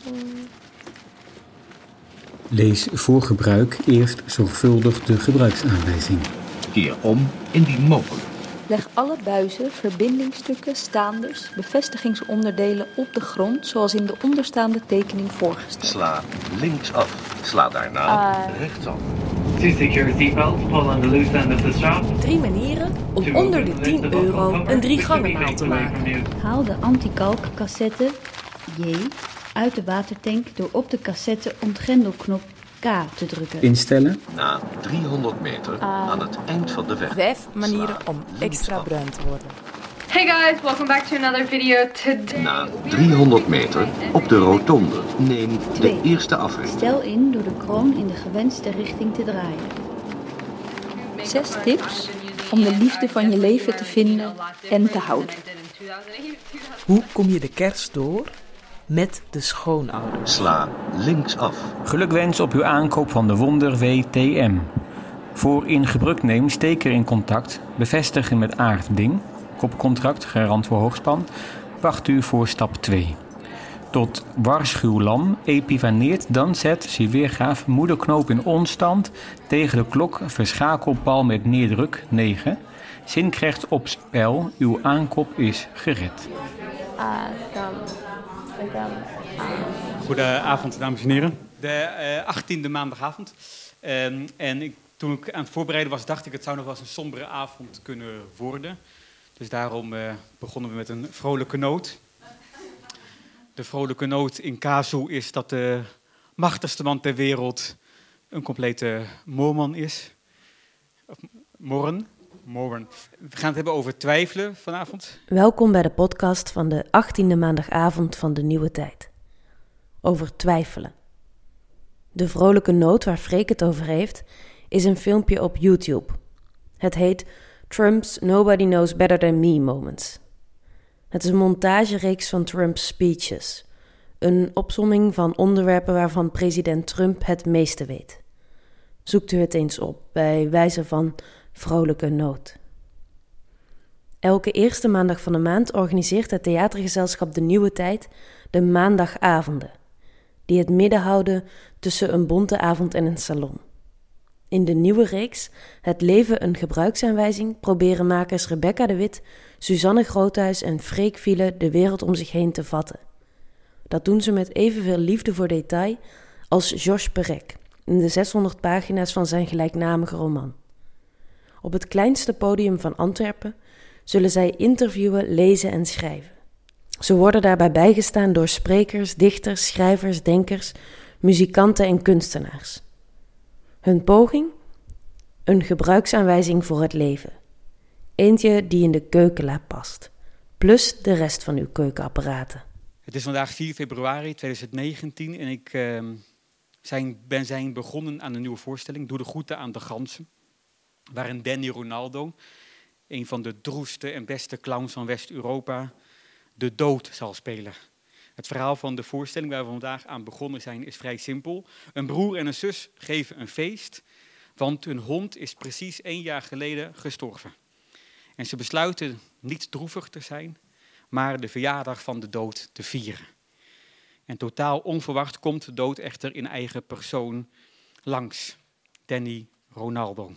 Lees voor gebruik eerst zorgvuldig de gebruiksaanwijzing. Keer om indien mogelijk. Leg alle buizen, verbindingstukken, staanders, bevestigingsonderdelen op de grond zoals in de onderstaande tekening voorgesteld. Sla linksaf. Sla daarna rechtsaf. To secure seatbelt, pull on the loose end of the strap. 3 manieren om onder de €10 een 3-gangenmaal te maken. Haal de anti-kalk cassette J uit de watertank door op de cassette ontgrendelknop K te drukken. Instellen. Na 300 meter aan het eind van de weg. 5 manieren om extra bruin te worden. Hey guys, welcome back to another video. Today Na 300 meter op de rotonde. Neem de eerste afrit. Stel in door de kroon in de gewenste richting te draaien. 6 tips om de liefde van je leven te vinden en te houden. Hoe kom je de kerst door? Met de schoonouders. Sla linksaf. Gelukwens op uw aankoop van de Wonder WTM. Voor in gebruik neem steker in contact, bevestigen met aardding, kopcontract, garant voor hoogspan, wacht u voor stap 2. Tot waarschuwlam, epivaneert, dan zet, zie weergaaf, moederknoop in onstand, tegen de klok, verschakelpal met neerdruk, 9. Zinkrecht op spel, uw aankoop is gered. Goedenavond, dames en heren. De 18e maandagavond. Toen ik aan het voorbereiden was, dacht ik het zou nog wel eens een sombere avond kunnen worden. Dus daarom begonnen we met een vrolijke noot. De vrolijke noot in casu is dat de machtigste man ter wereld een complete moorman is. Of morren. We gaan het hebben over twijfelen vanavond. Welkom bij de podcast van de 18e maandagavond van de nieuwe tijd. Over twijfelen. De vrolijke noot waar Freek het over heeft, is een filmpje op YouTube. Het heet Trump's Nobody Knows Better Than Me Moments. Het is een montagereeks van Trump's speeches. Een opsomming van onderwerpen waarvan president Trump het meeste weet. Zoekt u het eens op, bij wijze van vrolijke noot. Elke eerste maandag van de maand organiseert het theatergezelschap De Nieuwe Tijd de maandagavonden, die het midden houden tussen een bonte avond en een salon. In de nieuwe reeks Het leven een gebruiksaanwijzing proberen makers Rebecca de Wit, Suzanne Groothuis en Freek Viele de wereld om zich heen te vatten. Dat doen ze met evenveel liefde voor detail als Georges Perec in de 600 pagina's van zijn gelijknamige roman. Op het kleinste podium van Antwerpen zullen zij interviewen, lezen en schrijven. Ze worden daarbij bijgestaan door sprekers, dichters, schrijvers, denkers, muzikanten en kunstenaars. Hun poging? Een gebruiksaanwijzing voor het leven. Eentje die in de keukenla past. Plus de rest van uw keukenapparaten. Het is vandaag 4 februari 2019 en ik ben begonnen aan een nieuwe voorstelling. Doe de groeten aan de ganzen. Waarin Danny Ronaldo, een van de droeste en beste clowns van West-Europa, de dood zal spelen. Het verhaal van de voorstelling waar we vandaag aan begonnen zijn is vrij simpel. Een broer en een zus geven een feest, want hun hond is precies 1 jaar geleden gestorven. En ze besluiten niet droevig te zijn, maar de verjaardag van de dood te vieren. En totaal onverwacht komt de dood echter in eigen persoon langs. Danny Ronaldo.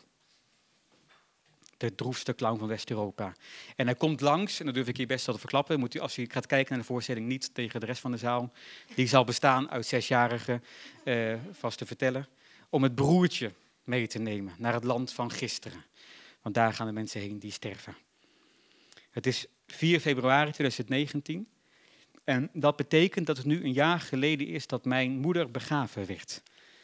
De droefste clown van West-Europa. En hij komt langs, en dat durf ik hier best wel te verklappen, moet u als u gaat kijken naar de voorstelling niet tegen de rest van de zaal, die zal bestaan uit 6-jarigen, vast te vertellen, om het broertje mee te nemen naar het land van gisteren. Want daar gaan de mensen heen die sterven. Het is 4 februari 2019 en dat betekent dat het nu 1 jaar geleden is dat mijn moeder begraven werd.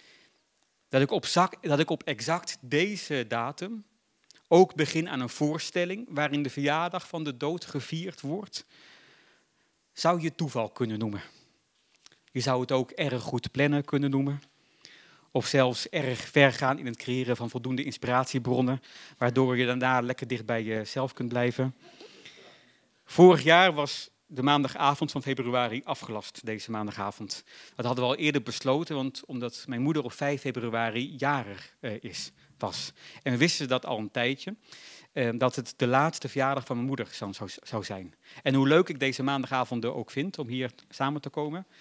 Dat ik op exact deze datum ook begin aan een voorstelling waarin de verjaardag van de dood gevierd wordt, zou je toeval kunnen noemen. Je zou het ook erg goed plannen kunnen noemen. Of zelfs erg ver gaan in het creëren van voldoende inspiratiebronnen, waardoor je daarna lekker dicht bij jezelf kunt blijven. Vorig jaar was de maandagavond van februari afgelast, deze maandagavond. Dat hadden we al eerder besloten, omdat mijn moeder op 5 februari jarig was. En we wisten dat al een tijdje, dat het de laatste verjaardag van mijn moeder zou zijn. En hoe leuk ik deze maandagavonden ook vind om hier samen te komen,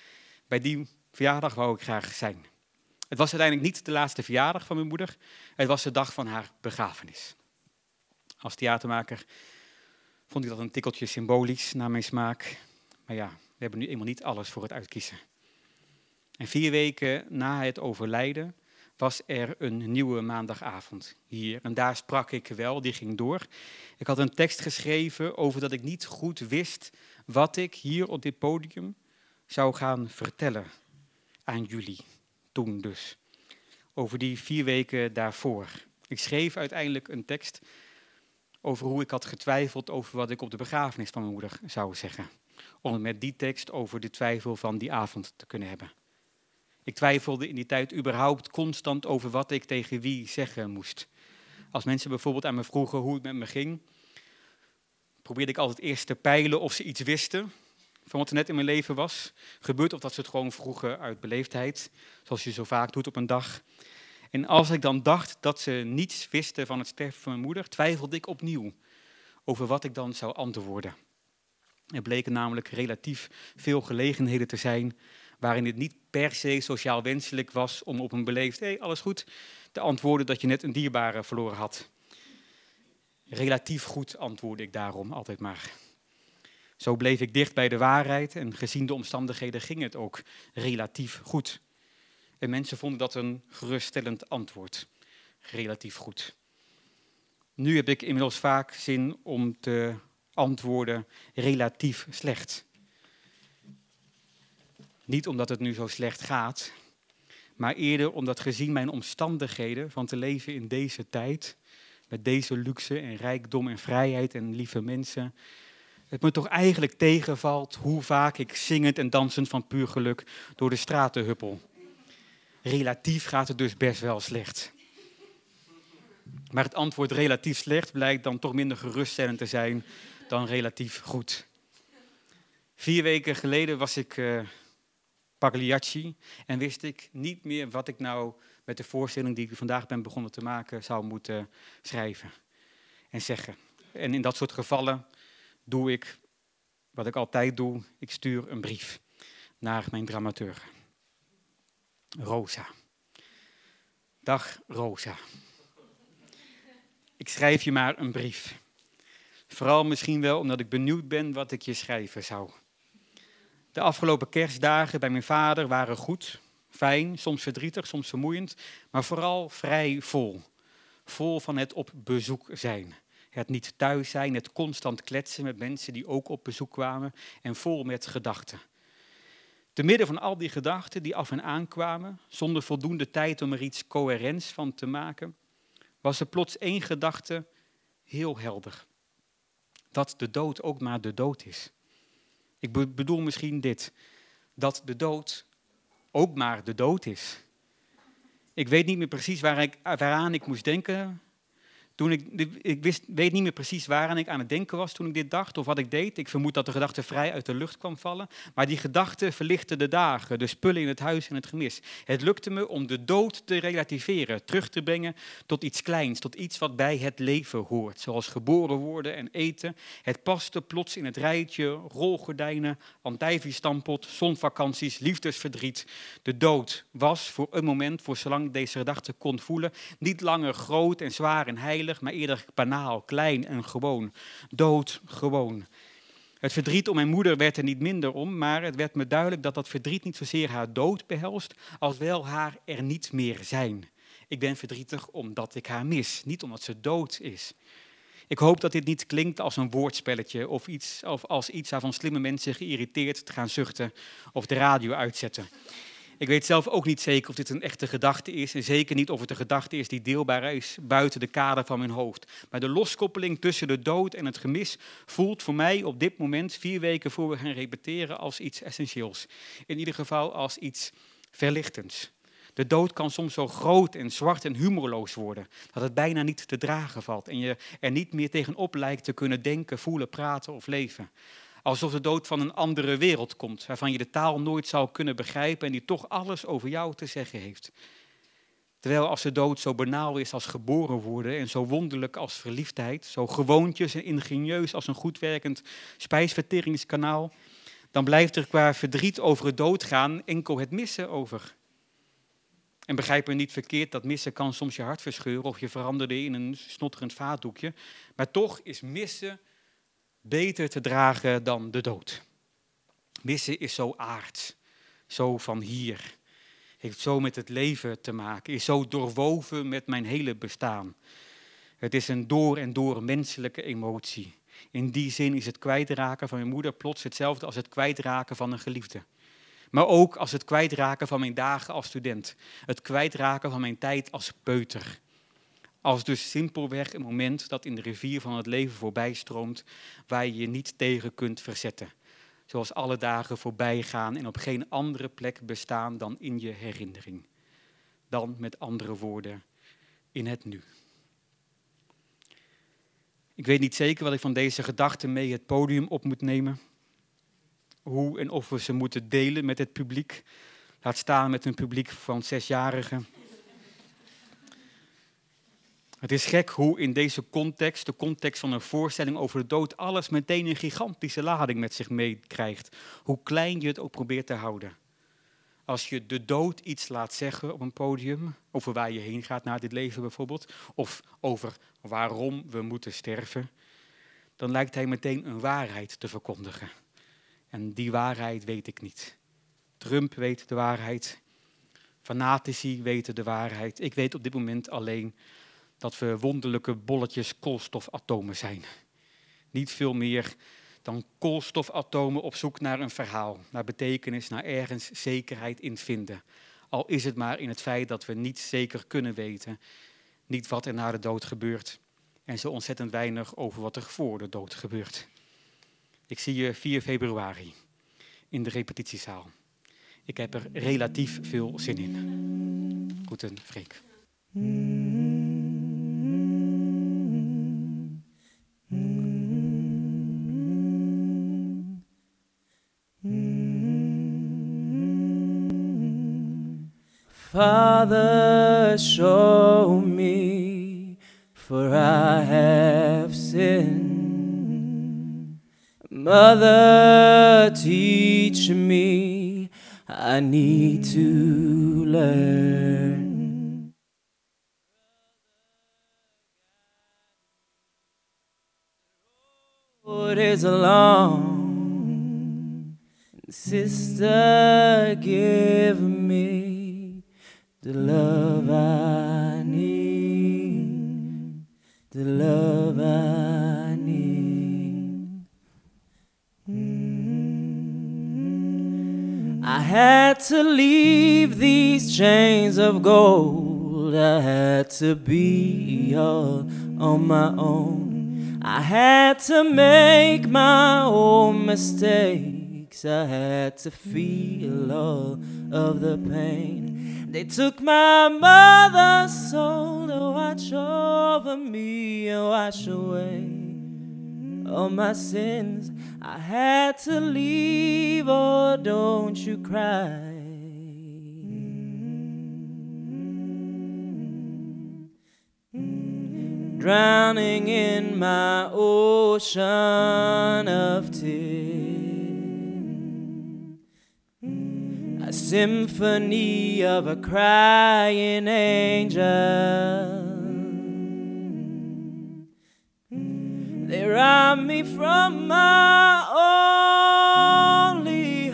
Bij die verjaardag wou ik graag zijn. Het was uiteindelijk niet de laatste verjaardag van mijn moeder. Het was de dag van haar begrafenis. Als theatermaker vond ik dat een tikkeltje symbolisch naar mijn smaak. Maar ja, we hebben nu eenmaal niet alles voor het uitkiezen. En 4 weken na het overlijden was er een nieuwe maandagavond hier. En daar sprak ik wel, die ging door. Ik had een tekst geschreven over dat ik niet goed wist wat ik hier op dit podium zou gaan vertellen aan jullie. Toen dus. Over die 4 weken daarvoor. Ik schreef uiteindelijk een tekst over hoe ik had getwijfeld over wat ik op de begrafenis van mijn moeder zou zeggen. Om met die tekst over de twijfel van die avond te kunnen hebben. Ik twijfelde in die tijd überhaupt constant over wat ik tegen wie zeggen moest. Als mensen bijvoorbeeld aan me vroegen hoe het met me ging, probeerde ik altijd eerst te peilen of ze iets wisten van wat er net in mijn leven was gebeurd, of dat ze het gewoon vroegen uit beleefdheid, zoals je zo vaak doet op een dag. En als ik dan dacht dat ze niets wisten van het sterven van mijn moeder, twijfelde ik opnieuw over wat ik dan zou antwoorden. Er bleken namelijk relatief veel gelegenheden te zijn waarin het niet per se sociaal wenselijk was om op een beleefd, alles goed, te antwoorden dat je net een dierbare verloren had. Relatief goed antwoordde ik daarom altijd maar. Zo bleef ik dicht bij de waarheid en gezien de omstandigheden ging het ook relatief goed. En mensen vonden dat een geruststellend antwoord. Relatief goed. Nu heb ik inmiddels vaak zin om te antwoorden relatief slecht. Niet omdat het nu zo slecht gaat, maar eerder omdat gezien mijn omstandigheden van te leven in deze tijd, met deze luxe en rijkdom en vrijheid en lieve mensen, het me toch eigenlijk tegenvalt hoe vaak ik zingend en dansend van puur geluk door de straten huppel. Relatief gaat het dus best wel slecht. Maar het antwoord relatief slecht blijkt dan toch minder geruststellend te zijn dan relatief goed. 4 weken geleden was ik Pagliacci en wist ik niet meer wat ik nou met de voorstelling die ik vandaag ben begonnen te maken zou moeten schrijven en zeggen. En in dat soort gevallen doe ik wat ik altijd doe, ik stuur een brief naar mijn dramaturg. Rosa. Dag Rosa. Ik schrijf je maar een brief. Vooral misschien wel omdat ik benieuwd ben wat ik je schrijven zou. De afgelopen kerstdagen bij mijn vader waren goed, fijn, soms verdrietig, soms vermoeiend, maar vooral vrij vol. Vol van het op bezoek zijn. Het niet thuis zijn, het constant kletsen met mensen die ook op bezoek kwamen en vol met gedachten. Te midden van al die gedachten die af en aankwamen, zonder voldoende tijd om er iets coherents van te maken, was er plots 1 gedachte heel helder. Dat de dood ook maar de dood is. Ik bedoel misschien dit, dat de dood ook maar de dood is. Ik weet niet meer precies waaraan ik moest denken. Weet niet meer precies waaraan ik aan het denken was toen ik dit dacht of wat ik deed. Ik vermoed dat de gedachte vrij uit de lucht kwam vallen. Maar die gedachte verlichtte de dagen, de spullen in het huis en het gemis. Het lukte me om de dood te relativeren, terug te brengen tot iets kleins, tot iets wat bij het leven hoort. Zoals geboren worden en eten. Het paste plots in het rijtje rolgordijnen, andijviestampot, zonvakanties, liefdesverdriet. De dood was voor een moment, voor zolang ik deze gedachte kon voelen, niet langer groot en zwaar en heilig, maar eerder banaal, klein en gewoon. Dood, gewoon. Het verdriet om mijn moeder werd er niet minder om, maar het werd me duidelijk dat dat verdriet niet zozeer haar dood behelst, als wel haar er niet meer zijn. Ik ben verdrietig omdat ik haar mis, niet omdat ze dood is. Ik hoop dat dit niet klinkt als een woordspelletje of als iets waarvan slimme mensen geïrriteerd te gaan zuchten of de radio uitzetten. Ik weet zelf ook niet zeker of dit een echte gedachte is en zeker niet of het een gedachte is die deelbaar is buiten de kader van mijn hoofd. Maar de loskoppeling tussen de dood en het gemis voelt voor mij op dit moment, 4 weken voor we gaan repeteren, als iets essentieels. In ieder geval als iets verlichtends. De dood kan soms zo groot en zwart en humorloos worden dat het bijna niet te dragen valt en je er niet meer tegenop lijkt te kunnen denken, voelen, praten of leven. Alsof de dood van een andere wereld komt, waarvan je de taal nooit zou kunnen begrijpen en die toch alles over jou te zeggen heeft. Terwijl als de dood zo banaal is als geboren worden en zo wonderlijk als verliefdheid, zo gewoontjes en ingenieus als een goed werkend spijsverteringskanaal, dan blijft er qua verdriet over het doodgaan enkel het missen over. En begrijp me niet verkeerd, dat missen kan soms je hart verscheuren of je veranderde in een snotterend vaatdoekje. Maar toch is missen beter te dragen dan de dood. Missen is zo aards, zo van hier. Heeft zo met het leven te maken, is zo doorwoven met mijn hele bestaan. Het is een door en door menselijke emotie. In die zin is het kwijtraken van mijn moeder plots hetzelfde als het kwijtraken van een geliefde. Maar ook als het kwijtraken van mijn dagen als student. Het kwijtraken van mijn tijd als peuter. Als dus simpelweg een moment dat in de rivier van het leven voorbij stroomt, waar je je niet tegen kunt verzetten. Zoals alle dagen voorbij gaan en op geen andere plek bestaan dan in je herinnering. Dan met andere woorden, in het nu. Ik weet niet zeker wat ik van deze gedachten mee het podium op moet nemen. Hoe en of we ze moeten delen met het publiek. Laat staan met een publiek van 6-jarigen. Het is gek hoe in deze context, de context van een voorstelling over de dood, alles meteen een gigantische lading met zich meekrijgt. Hoe klein je het ook probeert te houden. Als je de dood iets laat zeggen op een podium, over waar je heen gaat na dit leven bijvoorbeeld, of over waarom we moeten sterven, dan lijkt hij meteen een waarheid te verkondigen. En die waarheid weet ik niet. Trump weet de waarheid, fanatici weten de waarheid. Ik weet op dit moment alleen dat we wonderlijke bolletjes koolstofatomen zijn. Niet veel meer dan koolstofatomen op zoek naar een verhaal, naar betekenis, naar ergens zekerheid in vinden. Al is het maar in het feit dat we niet zeker kunnen weten, niet wat er na de dood gebeurt en zo ontzettend weinig over wat er voor de dood gebeurt. Ik zie je 4 februari in de repetitiezaal. Ik heb er relatief veel zin in. Groeten, Freek. Father, show me, for I have sinned. Mother, teach me, I need to learn. It is along, sister, give me the love I need, the love I need. I had to leave these chains of gold. I had to be all on my own. I had to make my own mistakes. I had to feel all of the pain. They took my mother's soul to watch over me and wash away all my sins. I had to leave, oh, don't you cry. Drowning in my ocean of tears. A symphony of a crying angel. They robbed me from my only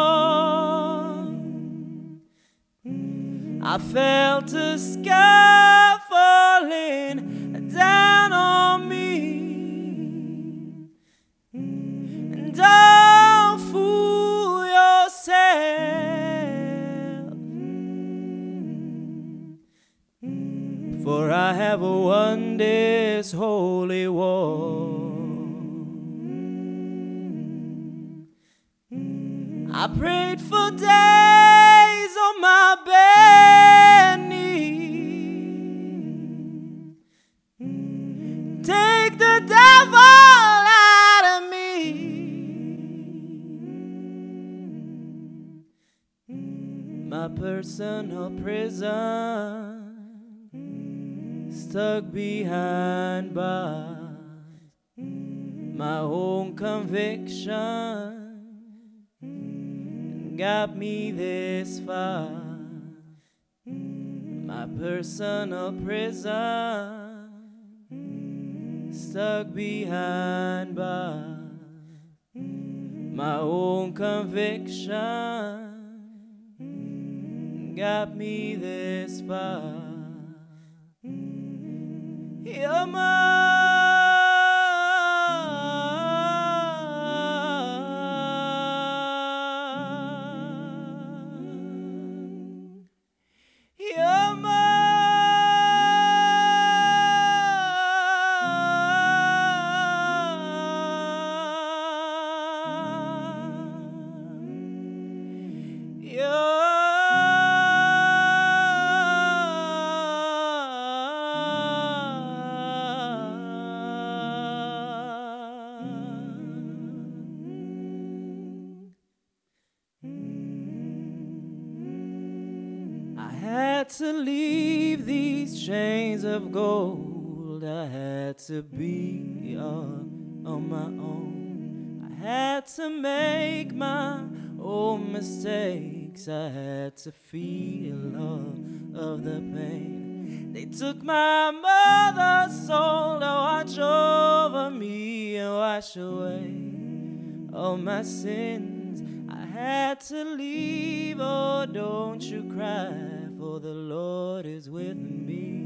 home. I felt a sky falling down on me. And don't fool yourself. For I have won this holy war. I prayed for days on my bed knee. Take the devil out of me. My personal prison, stuck behind bars, my own conviction got me this far. My personal prison, stuck behind bars. My own conviction got me this far. You're to leave these chains of gold. I had to be all on my own. I had to make my own mistakes. I had to feel all of the pain. They took my mother's soul to watch over me and wash away all my sins. I had to leave, oh don't you cry, for the Lord is with me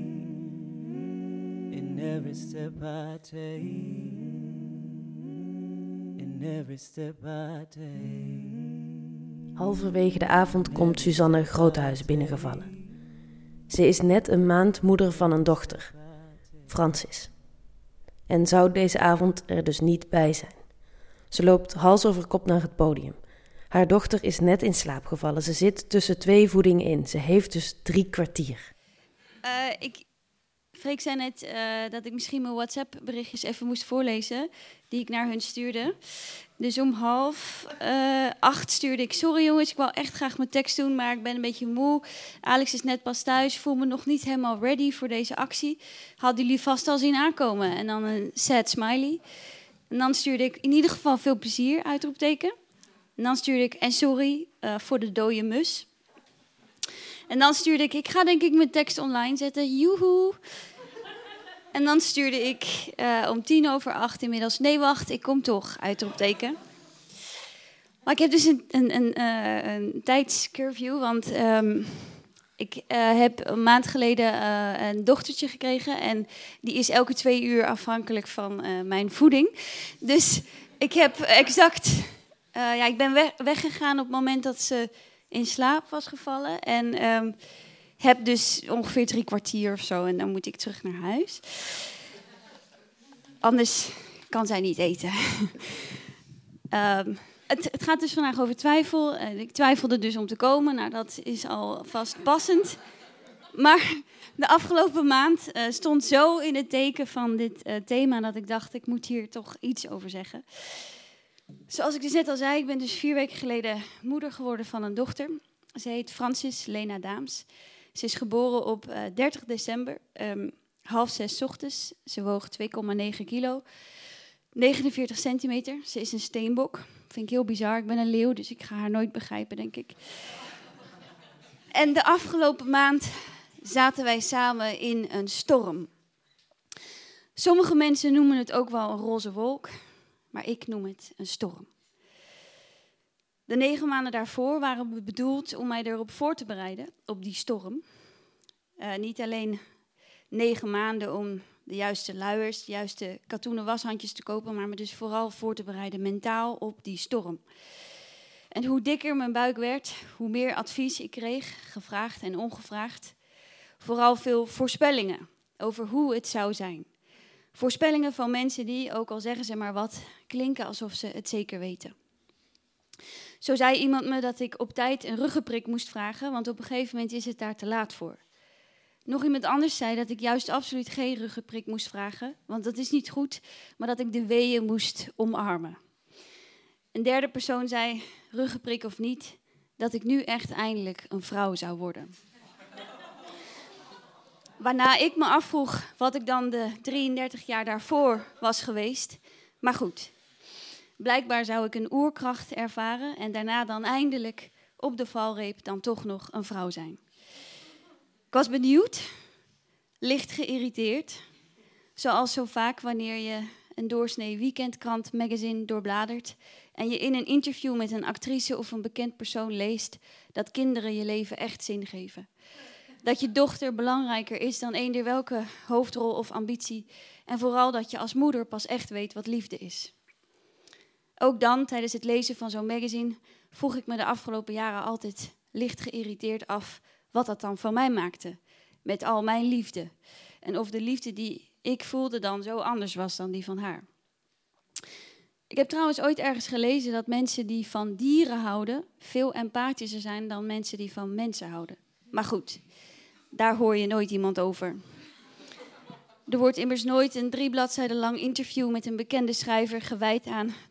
in every step I take, in every step I take. Halverwege de avond komt Suzanne Groothuis binnengevallen. Ze is net een maand moeder van een dochter, Francis. En zou deze avond er dus niet bij zijn. Ze loopt hals over kop naar het podium. Haar dochter is net in slaap gevallen. Ze zit tussen 2 voedingen in. Ze heeft dus 3 kwartier. Freek zei net dat ik misschien mijn WhatsApp-berichtjes even moest voorlezen, die ik naar hun stuurde. Dus om 7:30 stuurde ik: sorry jongens, ik wil echt graag mijn tekst doen, maar ik ben een beetje moe. Alex is net pas thuis, voel me nog niet helemaal ready voor deze actie. Hadden jullie vast al zien aankomen? En dan een sad smiley. En dan stuurde ik: in ieder geval veel plezier, uitroepteken. En dan stuurde ik: en sorry voor de dode mus. En dan stuurde ik: ik ga denk ik mijn tekst online zetten, joehoe. En dan stuurde ik om 7:10 inmiddels: nee wacht, ik kom toch, uitroepteken. Maar ik heb dus een tijdscurfew, want ik heb een maand geleden een dochtertje gekregen. En die is elke 2 uur afhankelijk van mijn voeding. Dus ik heb exact... ik ben weggegaan op het moment dat ze in slaap was gevallen. En heb dus ongeveer 3 kwartier of zo. En dan moet ik terug naar huis. Anders kan zij niet eten. Het gaat dus vandaag over twijfel. Ik twijfelde dus om te komen. Nou, dat is al vast passend. Maar de afgelopen maand stond zo in het teken van dit thema dat ik dacht, ik moet hier toch iets over zeggen. Zoals ik dus net al zei, ik ben dus 4 weken geleden moeder geworden van een dochter. Ze heet Francis Lena Daams. Ze is geboren op 30 december, 5:30 ochtends. Ze woog 2,9 kilo, 49 centimeter. Ze is een steenbok. Vind ik heel bizar. Ik ben een leeuw, dus ik ga haar nooit begrijpen, denk ik. En de afgelopen maand zaten wij samen in een storm. Sommige mensen noemen het ook wel een roze wolk, maar ik noem het een storm. De 9 maanden daarvoor waren bedoeld om mij erop voor te bereiden, op die storm. Niet alleen 9 maanden om de juiste luiers, de juiste katoenen washandjes te kopen, maar me dus vooral voor te bereiden mentaal op die storm. En hoe dikker mijn buik werd, hoe meer advies ik kreeg, gevraagd en ongevraagd. Vooral veel voorspellingen over hoe het zou zijn. Voorspellingen van mensen die, ook al zeggen ze maar wat, klinken alsof ze het zeker weten. Zo zei iemand me dat ik op tijd een ruggenprik moest vragen, want op een gegeven moment is het daar te laat voor. Nog iemand anders zei dat ik juist absoluut geen ruggenprik moest vragen, want dat is niet goed, maar dat ik de weeën moest omarmen. Een derde persoon zei, ruggenprik of niet, dat ik nu echt eindelijk een vrouw zou worden. Waarna ik me afvroeg wat ik dan de 33 jaar daarvoor was geweest. Maar goed, blijkbaar zou ik een oerkracht ervaren en daarna dan eindelijk op de valreep dan toch nog een vrouw zijn. Ik was benieuwd, licht geïrriteerd, zoals zo vaak wanneer je een doorsnee weekendkrant magazine doorbladert en je in een interview met een actrice of een bekend persoon leest dat kinderen je leven echt zin geven. Dat je dochter belangrijker is dan eender welke hoofdrol of ambitie en vooral dat je als moeder pas echt weet wat liefde is. Ook dan, tijdens het lezen van zo'n magazine, vroeg ik me de afgelopen jaren altijd licht geïrriteerd af wat dat dan van mij maakte, met al mijn liefde. En of de liefde die ik voelde dan zo anders was dan die van haar. Ik heb trouwens ooit ergens gelezen dat mensen die van dieren houden veel empathischer zijn dan mensen die van mensen houden. Maar goed, daar hoor je nooit iemand over. Er wordt immers nooit een 3 bladzijden lang interview met een bekende schrijver gewijd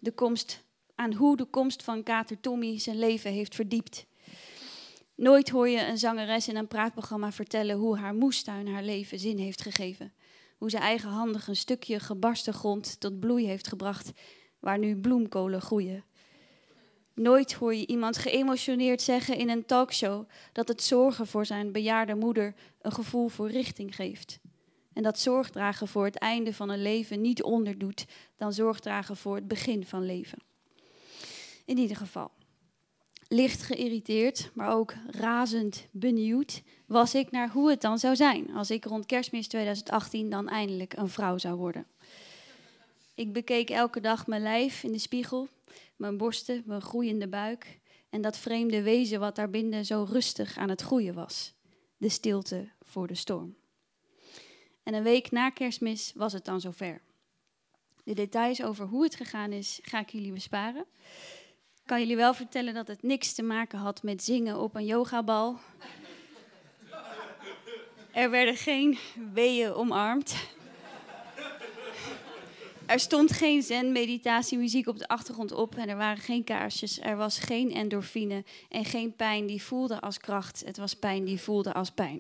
aan hoe de komst van kater Tommy zijn leven heeft verdiept. Nooit hoor je een zangeres in een praatprogramma vertellen hoe haar moestuin haar leven zin heeft gegeven. Hoe ze eigenhandig een stukje gebarsten grond tot bloei heeft gebracht, waar nu bloemkolen groeien. Nooit hoor je iemand geëmotioneerd zeggen in een talkshow dat het zorgen voor zijn bejaarde moeder een gevoel voor richting geeft. En dat zorgdragen voor het einde van een leven niet onderdoet dan zorgdragen voor het begin van leven. In ieder geval, licht geïrriteerd, maar ook razend benieuwd was ik naar hoe het dan zou zijn als ik rond Kerstmis 2018 dan eindelijk een vrouw zou worden. Ik bekeek elke dag mijn lijf in de spiegel, mijn borsten, mijn groeiende buik en dat vreemde wezen wat daarbinnen zo rustig aan het groeien was. De stilte voor de storm. En een week na Kerstmis was het dan zover. De details over hoe het gegaan is, ga ik jullie besparen. Ik kan jullie wel vertellen dat het niks te maken had met zingen op een yogabal. Er werden geen weeën omarmd. Er stond geen zen-meditatiemuziek op de achtergrond op en er waren geen kaarsjes. Er was geen endorfine en geen pijn die voelde als kracht. Het was pijn die voelde als pijn.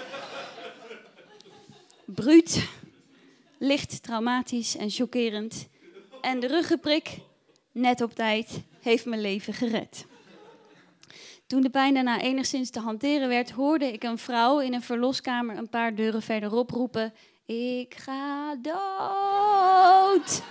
Bruut, licht traumatisch en chockerend. En de ruggenprik, net op tijd, heeft mijn leven gered. Toen de pijn daarna enigszins te hanteren werd, hoorde ik een vrouw in een verloskamer een paar deuren verderop roepen: ik ga dood.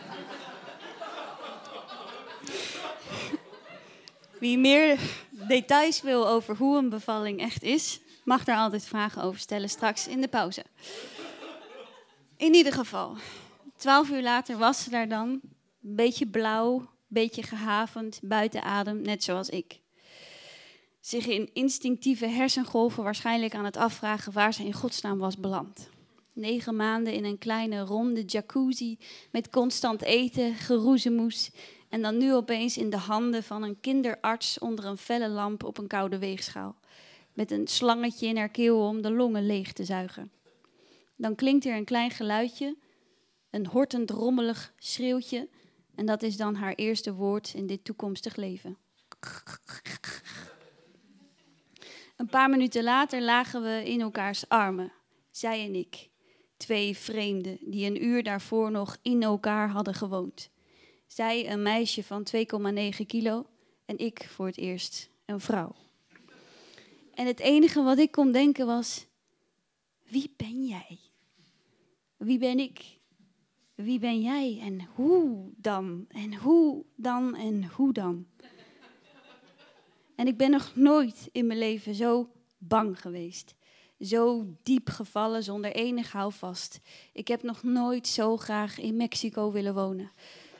Wie meer details wil over hoe een bevalling echt is, mag daar altijd vragen over stellen straks in de pauze. In ieder geval, 12 uur later was ze daar dan, een beetje blauw, een beetje gehavend, buiten adem, net zoals ik. Zich in instinctieve hersengolven waarschijnlijk aan het afvragen waar ze in godsnaam was beland. 9 maanden in een kleine ronde jacuzzi met constant eten, geroezemoes en dan nu opeens in de handen van een kinderarts onder een felle lamp op een koude weegschaal. Met een slangetje in haar keel om de longen leeg te zuigen. Dan klinkt er een klein geluidje, een hortend rommelig schreeuwtje en dat is dan haar eerste woord in dit toekomstig leven. Een paar minuten later lagen we in elkaars armen, zij en ik. 2 vreemden die een uur daarvoor nog in elkaar hadden gewoond. Zij een meisje van 2,9 kilo en ik voor het eerst een vrouw. En het enige wat ik kon denken was: wie ben jij? Wie ben ik? Wie ben jij? En hoe dan? En hoe dan? En hoe dan? En ik ben nog nooit in mijn leven zo bang geweest. Zo diep gevallen zonder enig houvast. Ik heb nog nooit zo graag in Mexico willen wonen.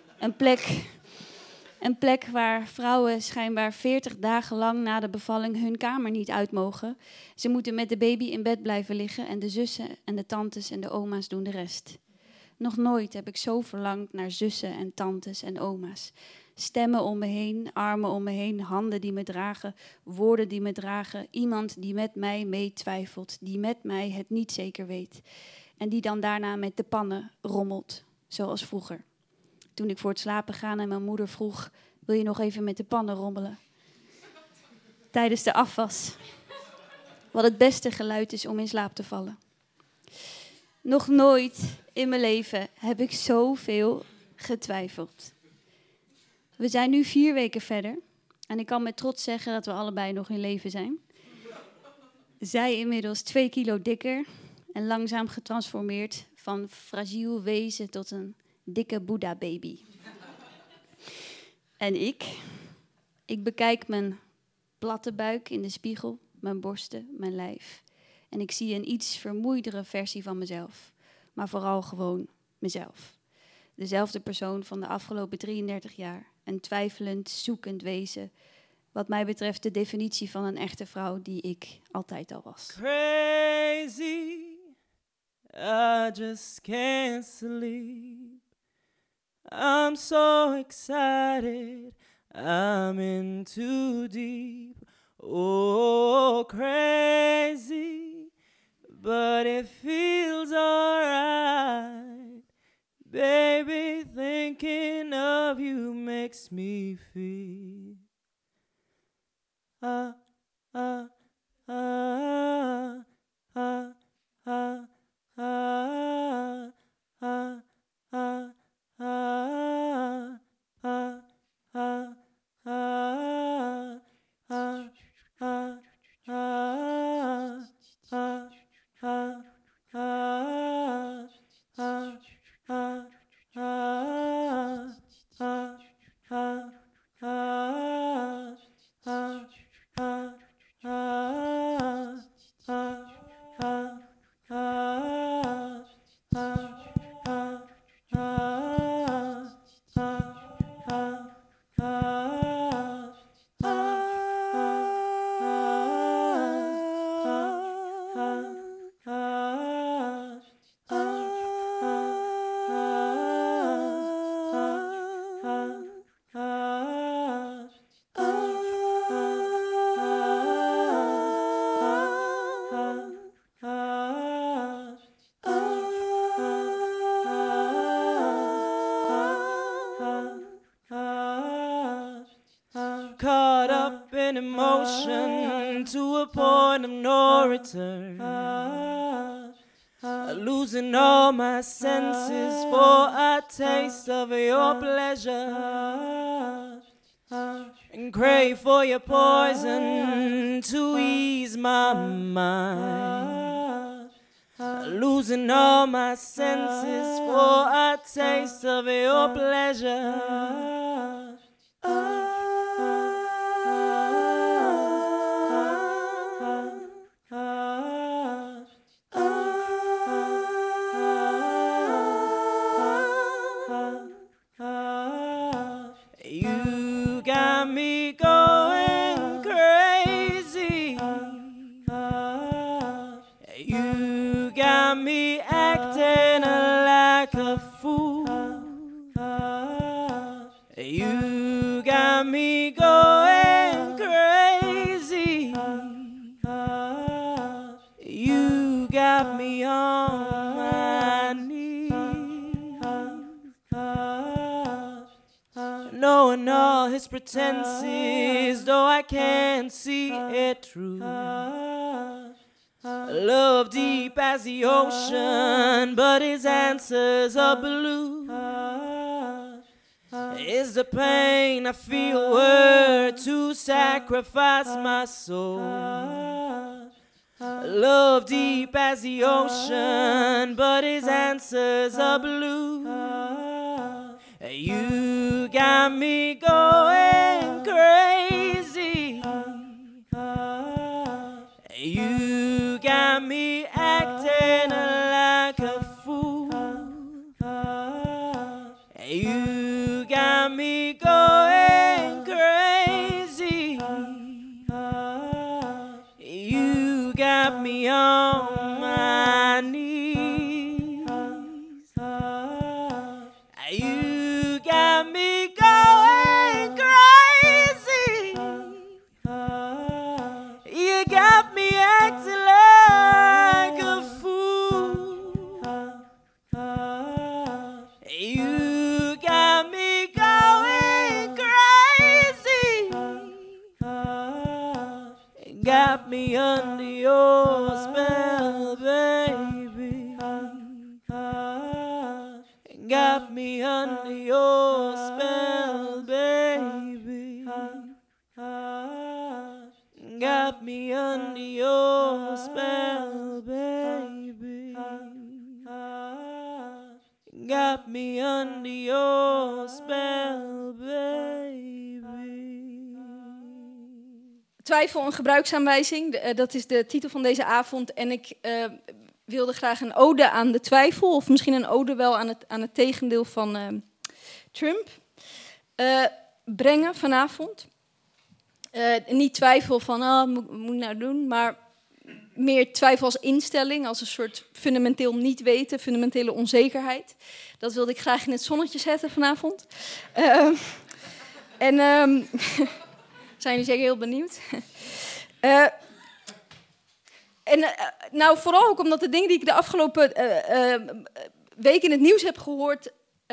Een plek waar vrouwen schijnbaar 40 dagen lang na de bevalling hun kamer niet uit mogen. Ze moeten met de baby in bed blijven liggen en de zussen en de tantes en de oma's doen de rest. Nog nooit heb ik zo verlangd naar zussen en tantes en oma's. Stemmen om me heen, armen om me heen, handen die me dragen, woorden die me dragen. Iemand die met mij meetwijfelt, die met mij het niet zeker weet. En die dan daarna met de pannen rommelt, zoals vroeger. Toen ik voor het slapen gaan en mijn moeder vroeg: wil je nog even met de pannen rommelen? Tijdens de afwas. Wat het beste geluid is om in slaap te vallen. Nog nooit in mijn leven heb ik zoveel getwijfeld. We zijn nu 4 weken verder En ik kan met trots zeggen dat we allebei nog in leven zijn. Zij inmiddels 2 kilo dikker en langzaam getransformeerd van fragiel wezen tot een dikke Boeddha-baby. En ik bekijk mijn platte buik in de spiegel, mijn borsten, mijn lijf. En ik zie een iets vermoeidere versie van mezelf, maar vooral gewoon mezelf. Dezelfde persoon van de afgelopen 33 jaar. Een twijfelend, zoekend wezen. Wat mij betreft de definitie van een echte vrouw die ik altijd al was. Crazy, I just can't sleep. I'm so excited, I'm in too deep. Oh, crazy, but it feels alright. Baby, thinking of you makes me feel. Ah, ah, ah, ah, ah, ah, ah, ah, ah, ah, ah, ah, ah, ah, caught up in emotion to a point of no return. Losing all my senses for a taste of your pleasure. And crave for your poison to ease my mind. Losing all my senses for a taste of your pleasure. You got me going crazy. You got me acting like a fool. You got me going crazy. You got me on my knees. Knowing all his pretenses, though I can't see it true. Love deep as the ocean, but his answers are blue. Is the pain I feel worth to sacrifice my soul? Love deep as the ocean, but his answers are blue. You got me going crazy. You got me acting like a fool. You got me going crazy. You got me on my knees. You got me going crazy. You got me acting like a fool. You got me going crazy. Got me under your spell, baby. Got me under your spell, baby. me under your spell, baby. Got me under your spell, baby. Twijfel, een gebruiksaanwijzing. Dat is de titel van deze avond. En ik wilde graag een ode aan de twijfel, of misschien een ode wel aan het tegendeel van Trump, brengen vanavond. Niet twijfel van, moet ik nou doen, maar meer twijfel als instelling, als een soort fundamenteel niet weten, fundamentele onzekerheid. Dat wilde ik graag in het zonnetje zetten vanavond. Zijn jullie zeker heel benieuwd? Nou, vooral ook omdat de dingen die ik de afgelopen week in het nieuws heb gehoord,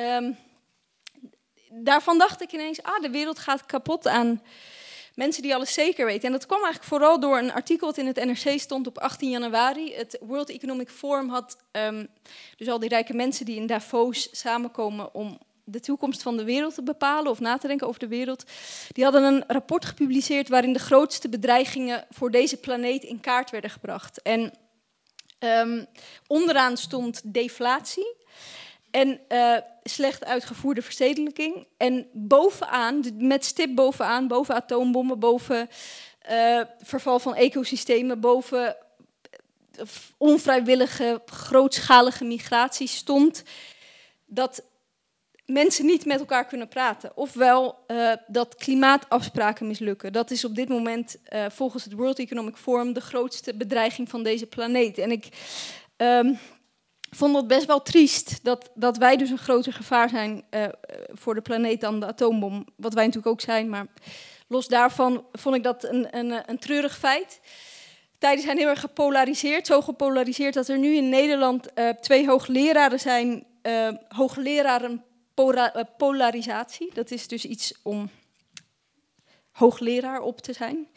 daarvan dacht ik ineens, de wereld gaat kapot aan mensen die alles zeker weten. En dat kwam eigenlijk vooral door een artikel dat in het NRC stond op 18 januari. Het World Economic Forum had dus al die rijke mensen die in Davos samenkomen om de toekomst van de wereld te bepalen of na te denken over de wereld. Die hadden een rapport gepubliceerd waarin de grootste bedreigingen voor deze planeet in kaart werden gebracht. En onderaan stond deflatie en slecht uitgevoerde verstedelijking. En bovenaan, met stip bovenaan, boven atoombommen, boven verval van ecosystemen, boven onvrijwillige, grootschalige migratie stond dat mensen niet met elkaar kunnen praten. Ofwel dat klimaatafspraken mislukken. Dat is op dit moment volgens het World Economic Forum de grootste bedreiging van deze planeet. En ik vond het best wel triest dat wij dus een groter gevaar zijn voor de planeet dan de atoombom. Wat wij natuurlijk ook zijn, maar los daarvan vond ik dat een treurig feit. Tijden zijn heel erg gepolariseerd. Zo gepolariseerd dat er nu in Nederland 2 hoogleraren zijn. Hoogleraren polarisatie. Dat is dus iets om hoogleraar op te zijn.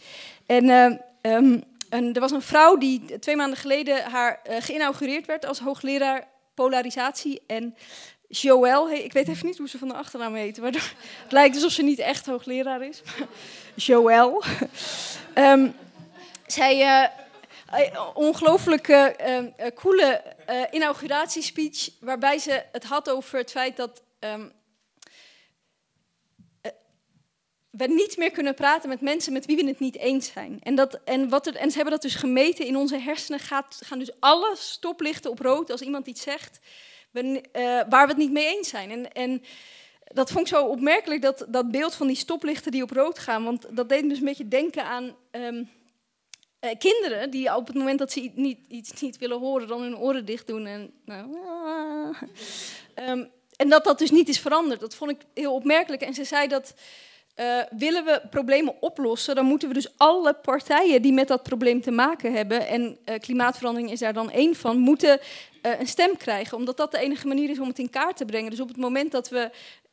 En er was een vrouw die 2 maanden geleden geïnaugureerd werd als hoogleraar polarisatie. En Joël, ik weet even niet hoe ze van de achternaam heet, waardoor het lijkt alsof ze niet echt hoogleraar is. Joël. Zij ongelooflijke coole inauguratiespeech waarbij ze het had over het feit dat we niet meer kunnen praten met mensen met wie we het niet eens zijn. En ze hebben dat dus gemeten. In onze hersenen gaan dus alle stoplichten op rood als iemand iets zegt waar we het niet mee eens zijn. En dat vond ik zo opmerkelijk, dat beeld van die stoplichten die op rood gaan. Want dat deed me dus een beetje denken aan kinderen die op het moment dat ze iets niet willen horen, dan hun oren dicht doen. En dat dus niet is veranderd. Dat vond ik heel opmerkelijk. En ze zei dat willen we problemen oplossen, dan moeten we dus alle partijen die met dat probleem te maken hebben, en klimaatverandering is daar dan 1 van, moeten een stem krijgen. Omdat dat de enige manier is om het in kaart te brengen. Dus op het moment dat we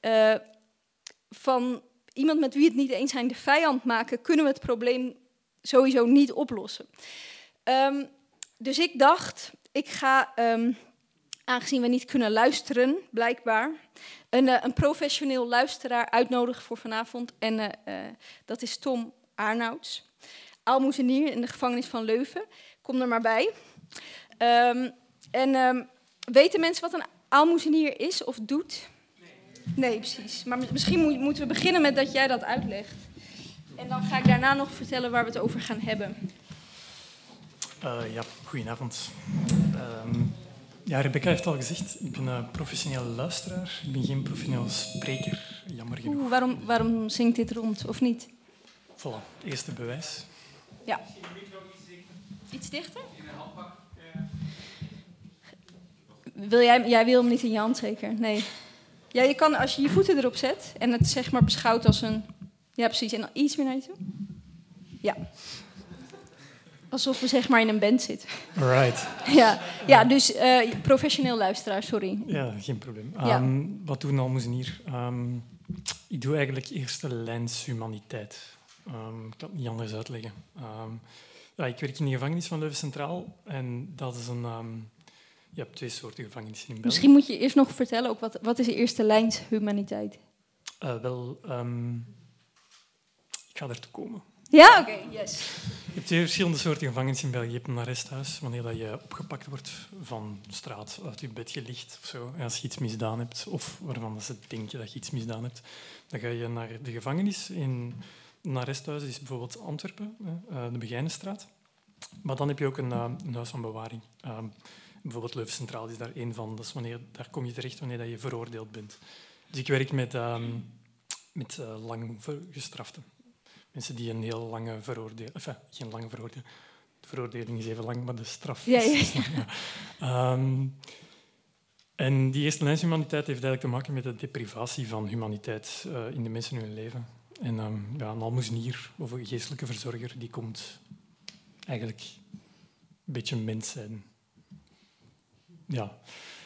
van iemand met wie we het niet eens zijn de vijand maken, kunnen we het probleem sowieso niet oplossen. Dus ik dacht, ik ga, aangezien we niet kunnen luisteren, blijkbaar, een professioneel luisteraar uitnodigen voor vanavond. En dat is Tom Arnouds, aalmoezenier in de gevangenis van Leuven. Kom er maar bij. Weten mensen wat een aalmoezenier is of doet? Nee, precies. Maar misschien moeten we beginnen met dat jij dat uitlegt. En dan ga ik daarna nog vertellen waar we het over gaan hebben. Ja, goedenavond. Ja, Rebecca heeft al gezegd, ik ben een professioneel luisteraar. Ik ben geen professioneel spreker, jammer genoeg. Waarom zingt dit rond, of niet? Voilà, eerste bewijs. Ja. Iets dichter? Jij wil hem niet in je hand, zeker? Nee. Ja, je kan, als je je voeten erop zet en het zeg maar beschouwt als een... Ja, precies. En dan iets meer naar je toe. Ja. Alsof we zeg maar in een band zitten. Right. Ja, dus professioneel luisteraar, sorry. Ja, geen probleem. Ja. Wat doe een aalmoezenier? Ik doe eigenlijk eerste lijns humaniteit. Ik kan het niet anders uitleggen. Ik werk in de gevangenis van Leuven Centraal. En dat is een... je hebt 2 soorten gevangenissen in België. Misschien moet je eerst nog vertellen, ook wat is de eerste lijns humaniteit? Ik ga er toe komen. Ja, oké, yes. Je hebt twee verschillende soorten gevangenis in België. Je hebt een arresthuis, wanneer dat je opgepakt wordt van straat, uit je bed ligt of zo. En als je iets misdaan hebt, of waarvan ze denken dat je iets misdaan hebt, dan ga je naar de gevangenis. In een arresthuis is bijvoorbeeld Antwerpen, de Begijnenstraat. Maar dan heb je ook een huis van bewaring. Bijvoorbeeld Leuven Centraal is daar één van. Dat is daar kom je terecht wanneer dat je veroordeeld bent. Dus ik werk met lang gestraften. Mensen die een heel lange veroordeling... Enfin, geen lange veroordeling. De veroordeling is even lang, maar de straf is lang. Ja. En die eerste lijns humaniteit heeft eigenlijk te maken met de deprivatie van humaniteit in de mensen in hun leven. En een almoezenier of een geestelijke verzorger die komt eigenlijk een beetje mens zijn. Ja.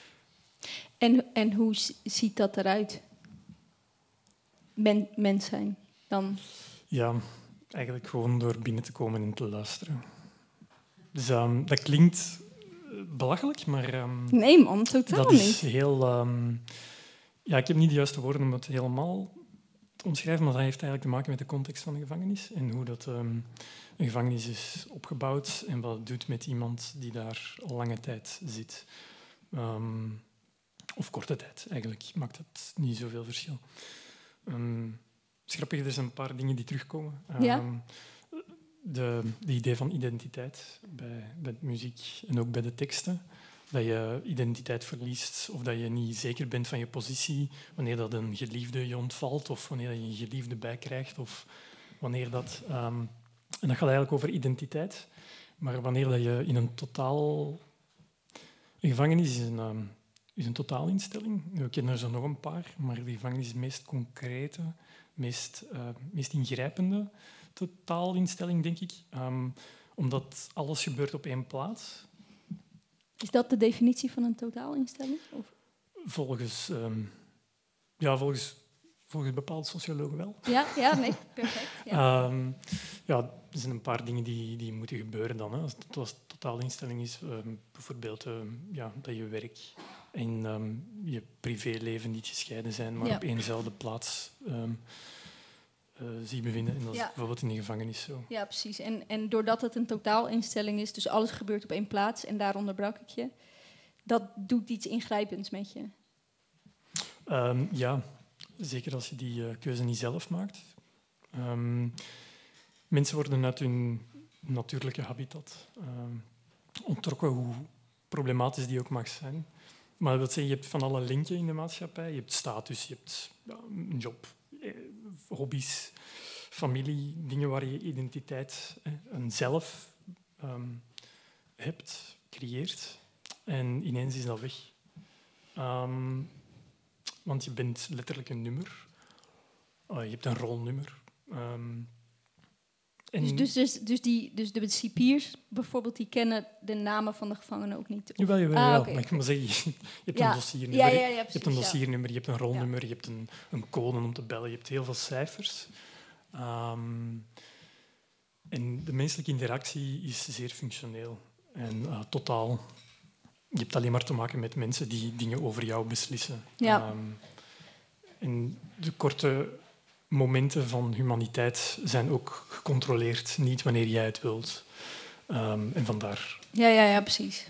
En hoe ziet dat eruit? Mens zijn dan? Ja, eigenlijk gewoon door binnen te komen en te luisteren. Dus dat klinkt belachelijk, maar... nee man, totaal dat niet. Is heel... ik heb niet de juiste woorden om het helemaal te omschrijven, maar dat heeft eigenlijk te maken met de context van de gevangenis en hoe dat een gevangenis is opgebouwd en wat het doet met iemand die daar al lange tijd zit. Of korte tijd, eigenlijk. Maakt het niet zoveel verschil. Het is grappig, er zijn een paar dingen die terugkomen. De idee van identiteit bij muziek en ook bij de teksten. Dat je identiteit verliest of dat je niet zeker bent van je positie wanneer dat een geliefde je ontvalt of wanneer je een geliefde bijkrijgt. Of wanneer dat... en dat gaat eigenlijk over identiteit. Maar wanneer dat je in een totaal... Een gevangenis is een totaalinstelling. We kennen er zo nog een paar, maar de gevangenis is de meest concrete, meest ingrijpende totaalinstelling, denk ik. Omdat alles gebeurt op één plaats. Is dat de definitie van een totaalinstelling? Of? Volgens bepaalde sociologen wel. Ja, nee, perfect. Ja. Er zijn een paar dingen die moeten gebeuren dan. Hè. Als het totaalinstelling is, bijvoorbeeld dat je werk en je privéleven niet gescheiden zijn, maar op éénzelfde plaats zie bevinden. En dat is bijvoorbeeld in de gevangenis zo. Ja, precies. En doordat het een totaalinstelling is, dus alles gebeurt op één plaats, en daar onderbrak ik je, dat doet iets ingrijpends met je. Ja, zeker als je die keuze niet zelf maakt. Mensen worden uit hun natuurlijke habitat onttrokken, hoe problematisch die ook mag zijn. Maar dat wil zeggen, je hebt van alle linken in de maatschappij. Je hebt status, je hebt een job, hobby's, familie, dingen waar je identiteit, een zelf hebt, creëert. En ineens is dat weg. Want je bent letterlijk een nummer. Je hebt een rolnummer. Dus de cipiers bijvoorbeeld, die kennen de namen van de gevangenen ook niet? Jawel. Okay. Maar ik moet zeggen, je hebt een dossiernummer, precies, je hebt een dossiernummer, je hebt een rolnummer, je hebt een code om te bellen, je hebt heel veel cijfers. En de menselijke interactie is zeer functioneel en totaal. Je hebt alleen maar te maken met mensen die dingen over jou beslissen. Ja. En de korte momenten van humaniteit zijn ook gecontroleerd, niet wanneer jij het wilt. En vandaar... Ja, precies.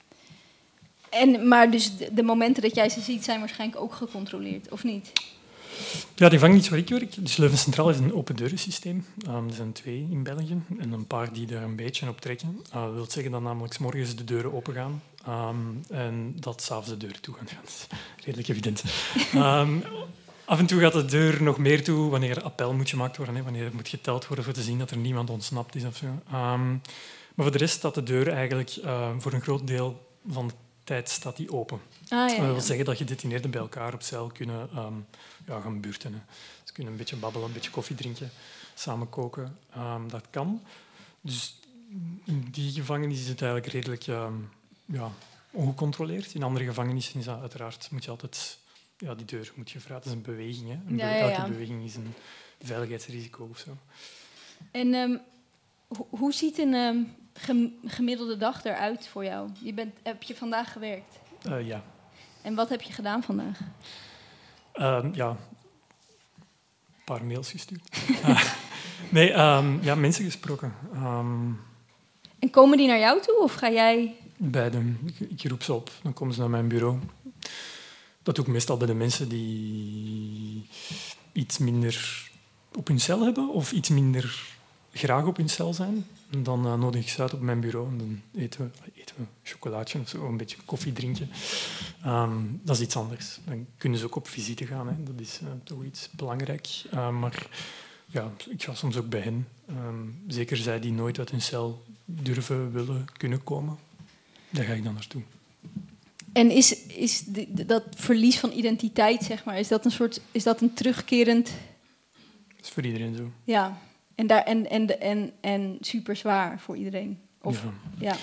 Maar dus de momenten dat jij ze ziet, zijn waarschijnlijk ook gecontroleerd, of niet? Ja, de gevangenis waar ik werk, dus Leuven Centraal, is een open deurensysteem. Er zijn 2 in België en een paar die daar een beetje op trekken. Dat wil zeggen dat namelijk 's morgens de deuren open gaan en dat 's avonds de deuren toe gaan. Dat is redelijk evident. Af en toe gaat de deur nog meer toe wanneer appel moet gemaakt worden, wanneer er moet geteld worden voor te zien dat er niemand ontsnapt is. Of zo. Maar voor de rest staat de deur eigenlijk voor een groot deel van de tijd staat die open. Dat wil zeggen dat gedetineerden bij elkaar op cel kunnen gaan buurten. Hè. Ze kunnen een beetje babbelen, een beetje koffie drinken, samen koken. Dat kan. Dus in die gevangenis is het eigenlijk redelijk ongecontroleerd. In andere gevangenissen is dat uiteraard, moet je altijd... Ja, die deur moet je vragen. Dat is een beweging. Hè. Elke beweging is een veiligheidsrisico of zo. En hoe ziet een gemiddelde dag eruit voor jou? Heb je vandaag gewerkt? Ja. En wat heb je gedaan vandaag? Een paar mails gestuurd. Nee, ja, mensen gesproken. En komen die naar jou toe of ga jij... Beide. Ik roep ze op, dan komen ze naar mijn bureau. Dat doe ik meestal bij de mensen die iets minder op hun cel hebben of iets minder graag op hun cel zijn. En dan nodig ik ze uit op mijn bureau en dan eten we een chocolaatje of zo, een beetje koffie drinken. Dat is iets anders. Dan kunnen ze ook op visite gaan. Hè. Dat is toch iets belangrijk. Maar ja, ik ga soms ook bij hen. Zeker zij die nooit uit hun cel durven, willen, kunnen komen. Daar ga ik dan naartoe. En is dat verlies van identiteit, zeg maar, is dat een terugkerend... Dat is voor iedereen zo. Ja, en super zwaar voor iedereen. Of, ja.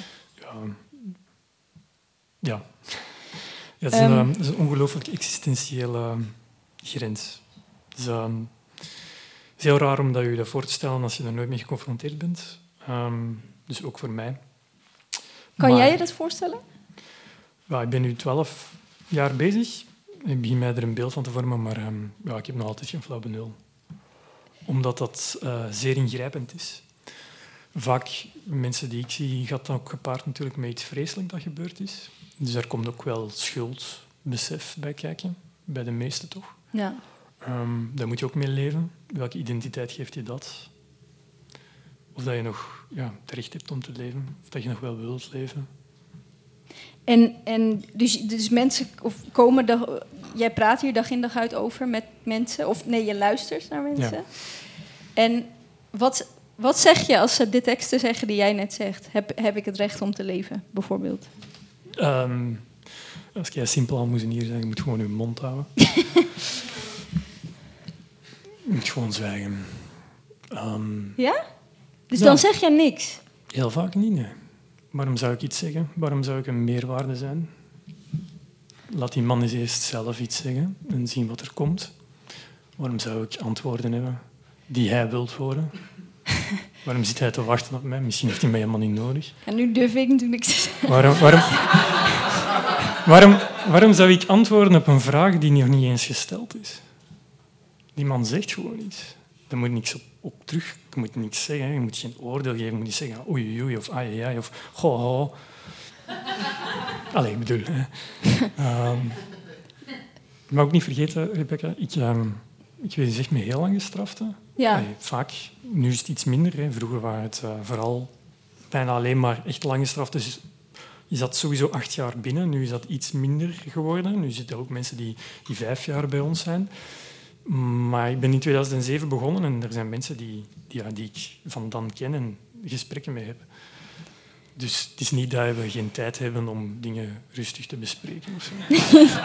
Ja. Het is een ongelooflijk existentiële grens. Het is heel raar om dat je dat voor te stellen als je er nooit mee geconfronteerd bent. Dus ook voor mij. Kan jij je dat voorstellen? Ja, ik ben nu 12 jaar bezig. Ik begin mij er een beeld van te vormen, maar ik heb nog altijd geen flauw benul. Omdat dat zeer ingrijpend is. Vaak, mensen die ik zie, gaat dat ook gepaard natuurlijk met iets vreselijks dat gebeurd is. Dus daar komt ook wel schuldbesef bij kijken. Bij de meesten toch. Ja. Daar moet je ook mee leven. Welke identiteit geeft je dat? Of dat je nog het recht hebt om te leven. Of dat je nog wel wilt leven. En dus mensen komen... Jij praat hier dag in dag uit over met mensen. Of nee, je luistert naar mensen. Ja. En wat zeg je als ze de teksten zeggen die jij net zegt? Heb ik het recht om te leven, bijvoorbeeld? Als jij simpel al moest hier zeggen, je moet gewoon je mond houden. Je moet gewoon zwijgen. Ja? Dus dan zeg je niks? Heel vaak niet, nee. Waarom zou ik iets zeggen? Waarom zou ik een meerwaarde zijn? Laat die man eens eerst zelf iets zeggen en zien wat er komt. Waarom zou ik antwoorden hebben die hij wilt horen? Waarom zit hij te wachten op mij? Misschien heeft hij mij helemaal niet nodig. En nu durf ik natuurlijk te zeggen. Waarom zou ik antwoorden op een vraag die nog niet eens gesteld is? Die man zegt gewoon iets. Daar moet niks op terug. Je moet niks zeggen. Je moet geen oordeel geven. Je moet niet zeggen oei, oei, of ai, of ho, ho. Allee, ik bedoel... maar ook niet vergeten, Rebecca, ik weet echt me heel lang gestraft. Hè. Ja. Allee, vaak. Nu is het iets minder. Hè. Vroeger waren het vooral bijna alleen maar echt lang gestraft. Dus je zat sowieso 8 jaar binnen. Nu is dat iets minder geworden. Nu zitten ook mensen die 5 jaar bij ons zijn. Maar ik ben in 2007 begonnen en er zijn mensen die ik van dan ken en gesprekken mee heb. Dus het is niet dat we geen tijd hebben om dingen rustig te bespreken of zo.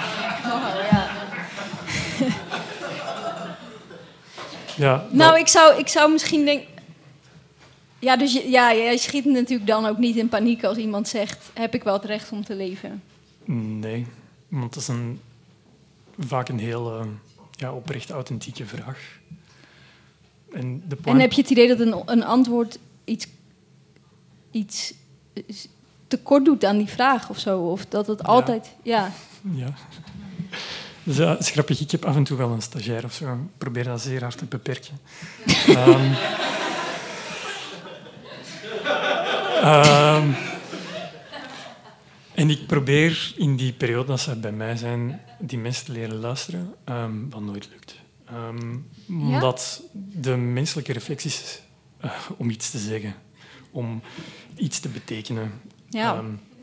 Ja, nou, ik zou misschien denken... Ja, dus jij schiet natuurlijk dan ook niet in paniek als iemand zegt... heb ik wel het recht om te leven? Nee, want dat is vaak een heel oprecht authentieke vraag. En heb je het idee dat een antwoord iets tekort doet aan die vraag of zo? Of dat het altijd... Ja. Dus het is grappig, ik heb af en toe wel een stagiair of zo. Ik probeer dat zeer hard te beperken. En ik probeer in die periode dat ze bij mij zijn, die mensen te leren luisteren, wat nooit lukt. Omdat de menselijke reflex is om iets te zeggen, om iets te betekenen. Ja.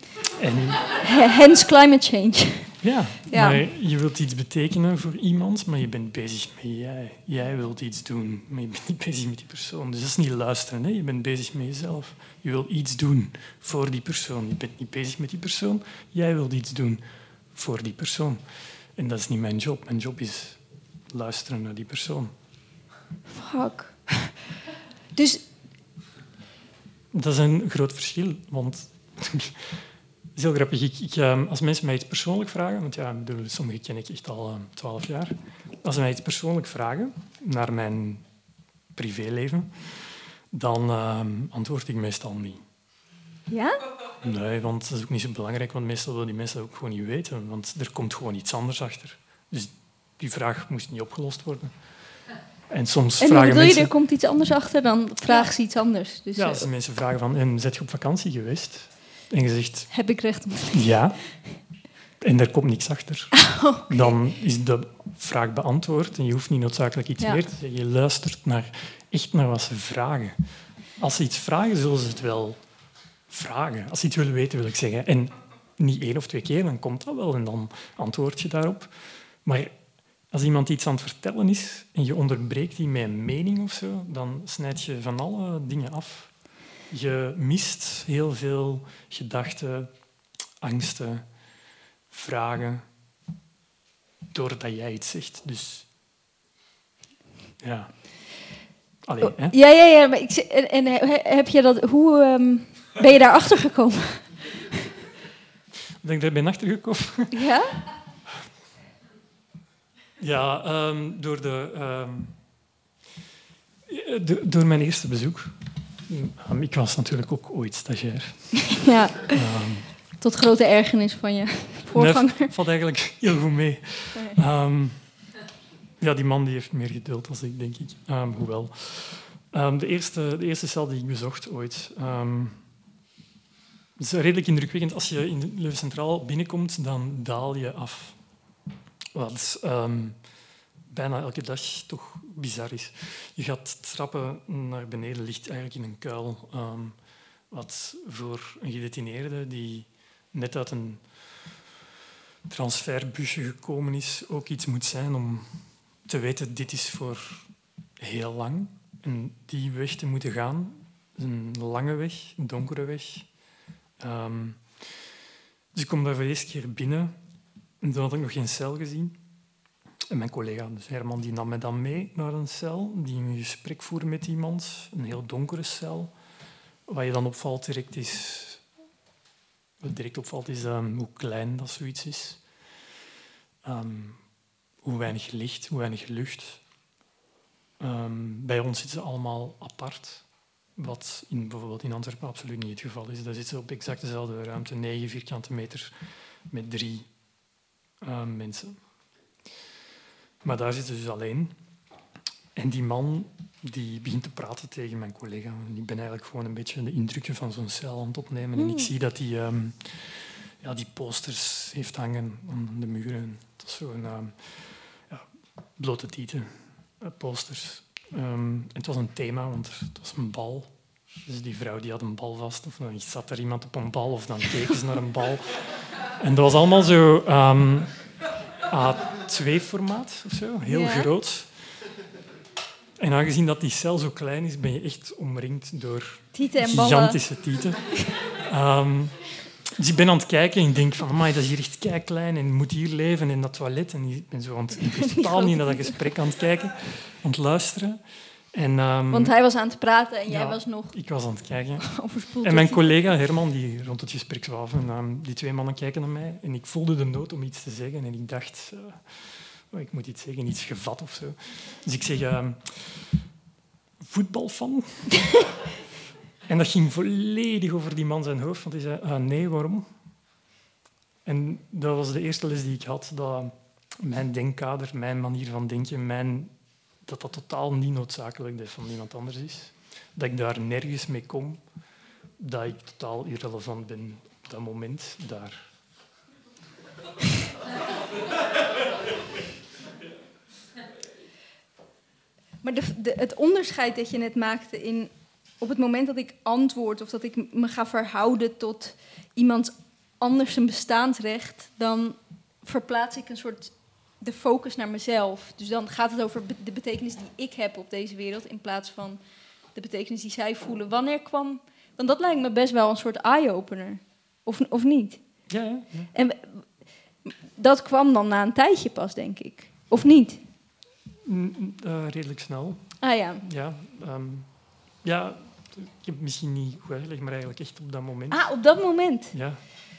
Hence climate change. Ja, maar je wilt iets betekenen voor iemand, maar je bent bezig met jij. Jij wilt iets doen, maar je bent niet bezig met die persoon. Dus dat is niet luisteren, hè? Je bent bezig met jezelf. Je wilt iets doen voor die persoon. Je bent niet bezig met die persoon, jij wilt iets doen voor die persoon. En dat is niet mijn job. Mijn job is luisteren naar die persoon. Fuck. Dus... Dat is een groot verschil, want... Het is heel grappig. Als mensen mij iets persoonlijk vragen... Want sommigen ken ik echt al 12 jaar. Als ze mij iets persoonlijk vragen naar mijn privéleven, dan antwoord ik meestal niet. Ja? Nee, want dat is ook niet zo belangrijk, want meestal willen die mensen dat ook gewoon niet weten. Want er komt gewoon iets anders achter. Dus die vraag moest niet opgelost worden. En soms En vragen bedoel je, mensen... er komt iets anders achter, dan vragen ze iets anders. Dus, Ja, als mensen vragen van, en zet je op vakantie geweest? En je zegt... Heb ik recht om te weten? Ja. En er komt niks achter. Okay. Dan is de vraag beantwoord en je hoeft niet noodzakelijk iets Ja. meer te zeggen. Je luistert echt naar wat ze vragen. Als ze iets vragen, zullen ze het wel vragen. Als ze iets willen weten, wil ik zeggen. En niet 1 of 2 keer, dan komt dat wel en dan antwoord je daarop. Maar als iemand iets aan het vertellen is en je onderbreekt die met een mening of zo, dan snijd je van alle dingen af. Je mist heel veel gedachten, angsten, vragen, doordat jij iets zegt. Dus ja. Allee, hè? Ja, maar heb je dat... Hoe ben je daarachter gekomen? Ik denk dat ik ben achtergekomen. Ja? Ja, door mijn eerste bezoek. Ik was natuurlijk ook ooit stagiair. Ja, tot grote ergernis van je voorganger. Nee, valt eigenlijk heel goed mee. Nee. Ja, die man die heeft meer geduld dan ik, denk ik. Hoewel. De eerste cel die ik bezocht ooit... het is redelijk indrukwekkend. Als je in Leuven Centraal binnenkomt, dan daal je af. Wat bijna elke dag toch bizar is. Je gaat trappen naar beneden, ligt eigenlijk in een kuil. Wat voor een gedetineerde die net uit een transferbusje gekomen is, ook iets moet zijn om te weten, dit is voor heel lang. En die weg te moeten gaan, is een lange weg, een donkere weg. Dus ik kom daar voor de eerste keer binnen. En toen had ik nog geen cel gezien. En mijn collega, dus Herman, die nam mij dan mee naar een cel. Die een gesprek voerde met iemand. Een heel donkere cel. Wat je dan opvalt direct is... Wat direct opvalt is hoe klein dat zoiets is. Hoe weinig licht, hoe weinig lucht. Bij ons zitten ze allemaal apart. Wat bijvoorbeeld in Antwerpen absoluut niet het geval is. Daar zitten ze op exact dezelfde ruimte, 9 vierkante meter met 3 mensen. Maar daar zitten ze dus alleen. En die man die begint te praten tegen mijn collega. En ik ben eigenlijk gewoon een beetje de indrukken van zo'n cel aan het opnemen. En ik zie dat hij die posters heeft hangen aan de muren. Dat is zo'n blote tieten, posters. En het was een thema, want het was een bal. Dus die vrouw die had een bal vast. Of dan zat er iemand op een bal, of dan keken ze naar een bal. En dat was allemaal zo A2-formaat of zo, heel groot. En aangezien dat die cel zo klein is, ben je echt omringd door Tieten en gigantische tieten. Dus ik ben aan het kijken en ik denk van, amai, dat is hier echt keiklein en moet hier leven in dat toilet. En ik ben zo ik ben totaal niet naar dat gesprek aan het kijken, aan het luisteren. En, want hij was aan het praten en jij was nog... Ik was aan het kijken. Overspoeld. En mijn collega Herman, die rond het gesprek zwaven, die 2 mannen kijken naar mij. En ik voelde de nood om iets te zeggen. En ik dacht, ik moet iets zeggen, iets gevat of zo. Dus ik zeg, voetbalfan? En dat ging volledig over die man zijn hoofd. Want hij zei, nee, waarom? En dat was de eerste les die ik had. Dat mijn denkkader, mijn manier van denken, dat totaal niet noodzakelijk dat van iemand anders is. Dat ik daar nergens mee kom. Dat ik totaal irrelevant ben op dat moment daar. Maar het onderscheid dat je net maakte in... Op het moment dat ik antwoord of dat ik me ga verhouden tot iemand anders een bestaansrecht, dan verplaats ik een soort de focus naar mezelf. Dus dan gaat het over de betekenis die ik heb op deze wereld in plaats van de betekenis die zij voelen. Wanneer kwam... Want dat lijkt me best wel een soort eye-opener. Of niet? Ja. En dat kwam dan na een tijdje pas, denk ik. Of niet? Redelijk snel. Ah ja. Ja, ik heb misschien niet goed uitgelegd, maar eigenlijk echt op dat moment. Ah, op dat moment? Ja.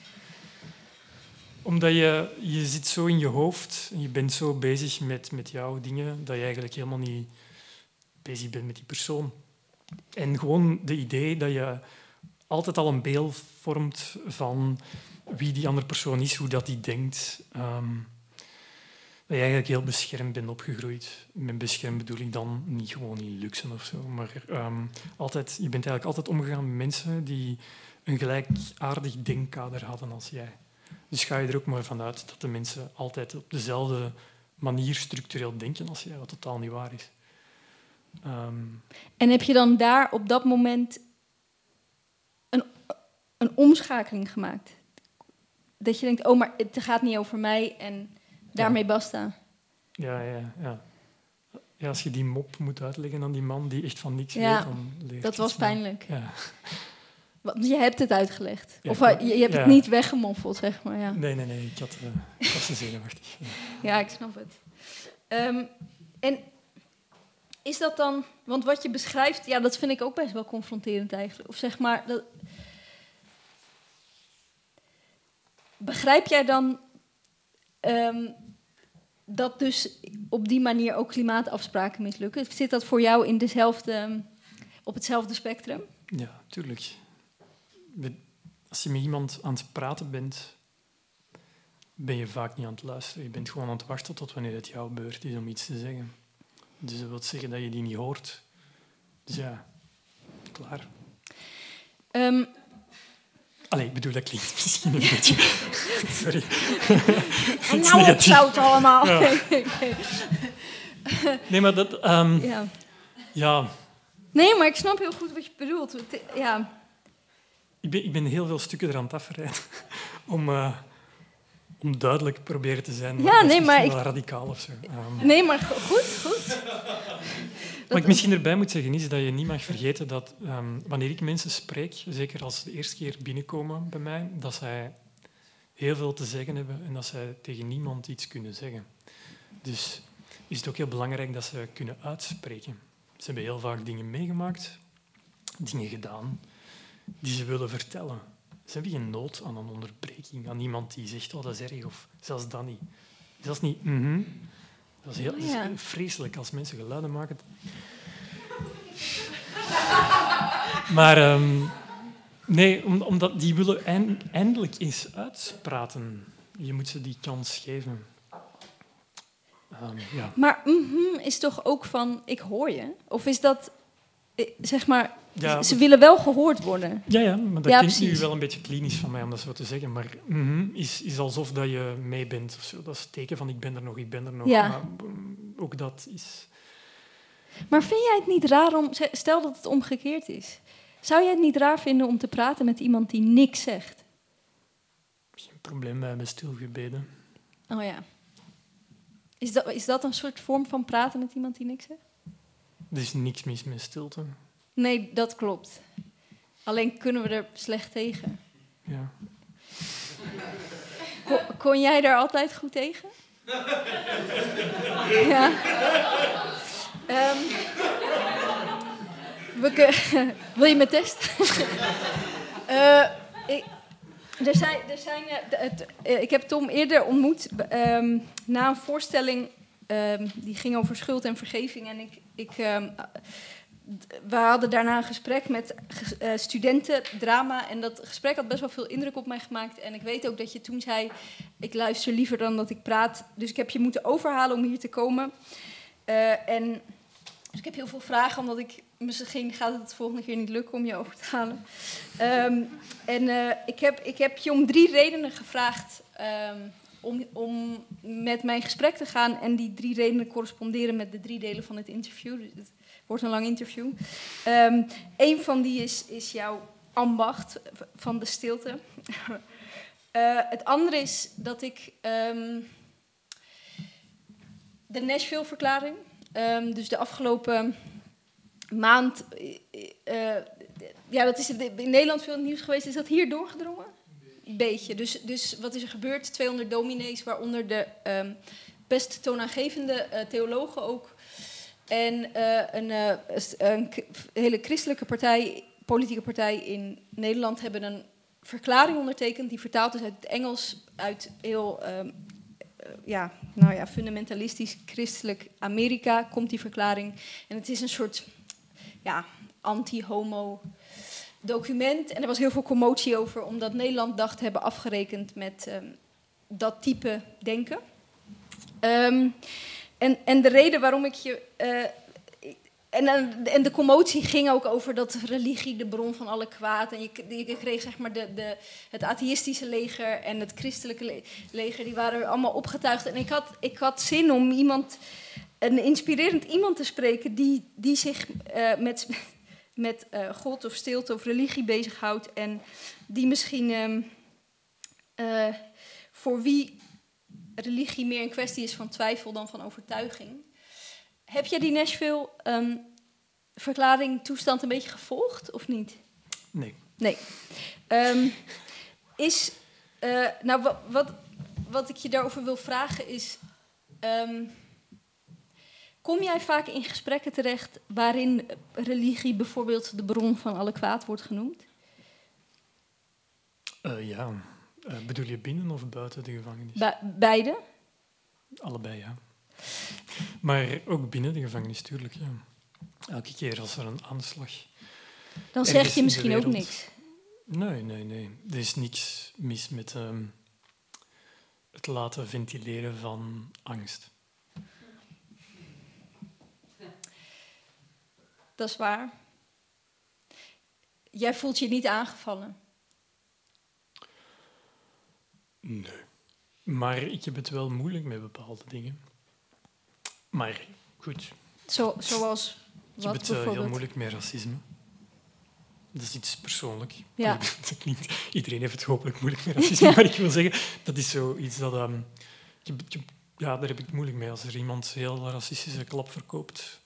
Omdat je zit zo in je hoofd en je bent zo bezig met jouw dingen dat je eigenlijk helemaal niet bezig bent met die persoon. En gewoon de idee dat je altijd al een beeld vormt van wie die andere persoon is, hoe dat die denkt. dat je eigenlijk heel beschermd bent opgegroeid. Met beschermd bedoel ik dan niet gewoon in luxe of zo, maar je bent eigenlijk altijd omgegaan met mensen die een gelijkaardig denkkader hadden als jij. Dus ga je er ook maar vanuit dat de mensen altijd op dezelfde manier structureel denken als jij, wat totaal niet waar is. En heb je dan daar op dat moment een omschakeling gemaakt? Dat je denkt, oh, maar het gaat niet over mij en daarmee basta. Ja. Ja, als je die mop moet uitleggen aan die man die echt van niks weet, dan leert dat was pijnlijk. Ja. Want je hebt het uitgelegd. Ja, of je hebt het niet weggemoffeld, zeg maar. Ja. Nee. Ik was te zenuwachtig. Ja, ik snap het. En is dat dan... Want wat je beschrijft, ja, dat vind ik ook best wel confronterend eigenlijk. Of zeg maar... Begrijp jij dan dat dus op die manier ook klimaatafspraken mislukken? Zit dat voor jou in op hetzelfde spectrum? Ja, tuurlijk. Als je met iemand aan het praten bent, ben je vaak niet aan het luisteren. Je bent gewoon aan het wachten tot wanneer het jouw beurt is om iets te zeggen. Dus dat wil zeggen dat je die niet hoort. Dus ja, klaar. Ik bedoel, dat klinkt misschien een beetje... Sorry. En nou opzout allemaal. Ja. Nee, maar dat... Ja. Nee, maar ik snap heel goed wat je bedoelt. Ja. Ik ben heel veel stukken er aan het afrijden om duidelijk proberen te zijn. Ja, nee, maar wel radicaal of zo. Nee, maar goed. Wat ik misschien erbij moet zeggen is dat je niet mag vergeten dat wanneer ik mensen spreek, zeker als ze de eerste keer binnenkomen bij mij, dat zij heel veel te zeggen hebben en dat zij tegen niemand iets kunnen zeggen. Dus is het ook heel belangrijk dat ze kunnen uitspreken. Ze hebben heel vaak dingen meegemaakt, dingen gedaan, die ze willen vertellen. Ze hebben geen nood aan een onderbreking, aan iemand die zegt, oh, dat is erg, of zelfs dat niet. Zelfs niet, Dat is heel vreselijk als mensen geluiden maken. Maar nee, omdat die willen eindelijk eens uitspraten. Je moet ze die kans geven. Ja. Maar is toch ook van, ik hoor je? Of is dat, zeg maar, ze willen wel gehoord worden? Ja, maar dat klinkt nu wel een beetje klinisch van mij om dat zo te zeggen. Maar is alsof dat je mee bent. Of zo. Dat is het teken van ik ben er nog. Ja. Maar ook dat is... Maar vind jij het niet raar om... Stel dat het omgekeerd is. Zou jij het niet raar vinden om te praten met iemand die niks zegt? Geen probleem, wij hebben stilgebeden. Oh ja. Is dat een soort vorm van praten met iemand die niks zegt? Er is niks mis met stilte. Nee, dat klopt. Alleen kunnen we er slecht tegen. Ja. Kon jij daar altijd goed tegen? Ja. Wil je me testen? Ik heb Tom eerder ontmoet na een voorstelling die ging over schuld en vergeving. En we hadden daarna een gesprek met studenten drama. En dat gesprek had best wel veel indruk op mij gemaakt. En ik weet ook dat je toen zei, ik luister liever dan dat ik praat. Dus ik heb je moeten overhalen om hier te komen. Dus ik heb heel veel vragen, omdat misschien gaat het de volgende keer niet lukken om je over te halen. Ik heb je om 3 redenen gevraagd om met mijn gesprek te gaan. En die 3 redenen corresponderen met de 3 delen van het interview. Dus het wordt een lang interview. Eén van die is jouw ambacht van de stilte. Het andere is dat ik de Nashville-verklaring... dus de afgelopen maand... dat is in Nederland veel nieuws geweest. Is dat hier doorgedrongen? Een beetje. Dus wat is er gebeurd? 200 dominees, waaronder de best toonaangevende theologen ook. En een hele christelijke politieke partij in Nederland... hebben een verklaring ondertekend... die vertaald is uit het Engels, uit heel... fundamentalistisch christelijk Amerika komt die verklaring. En het is een soort anti-homo document. En er was heel veel commotie over, omdat Nederland dacht te hebben afgerekend met dat type denken. En de reden waarom ik je... En de commotie ging ook over dat religie de bron van alle kwaad. En je kreeg zeg maar het atheïstische leger en het christelijke leger, die waren allemaal opgetuigd. En ik had zin om een inspirerend iemand te spreken die zich met God of stilte of religie bezighoudt. En die misschien voor wie religie meer een kwestie is van twijfel dan van overtuiging. Heb jij die Nashville toestand een beetje gevolgd, of niet? Nee. Wat ik je daarover wil vragen is... kom jij vaak in gesprekken terecht waarin religie bijvoorbeeld de bron van alle kwaad wordt genoemd? Ja. Bedoel je binnen of buiten de gevangenis? Beide? Allebei, ja. Maar ook binnen de gevangenis, tuurlijk, ja. Elke keer als er een aanslag... Dan zeg je misschien ook niks. Nee. Er is niks mis met het laten ventileren van angst. Dat is waar. Jij voelt je niet aangevallen? Nee. Maar ik heb het wel moeilijk met bepaalde dingen. Maar goed. Zoals ik heb het heel moeilijk met racisme. Dat is iets persoonlijk. Ja. Iedereen heeft het hopelijk moeilijk met racisme, maar ik wil zeggen, dat is zoiets dat... daar heb ik het moeilijk mee. Als er iemand heel racistische klap verkoopt...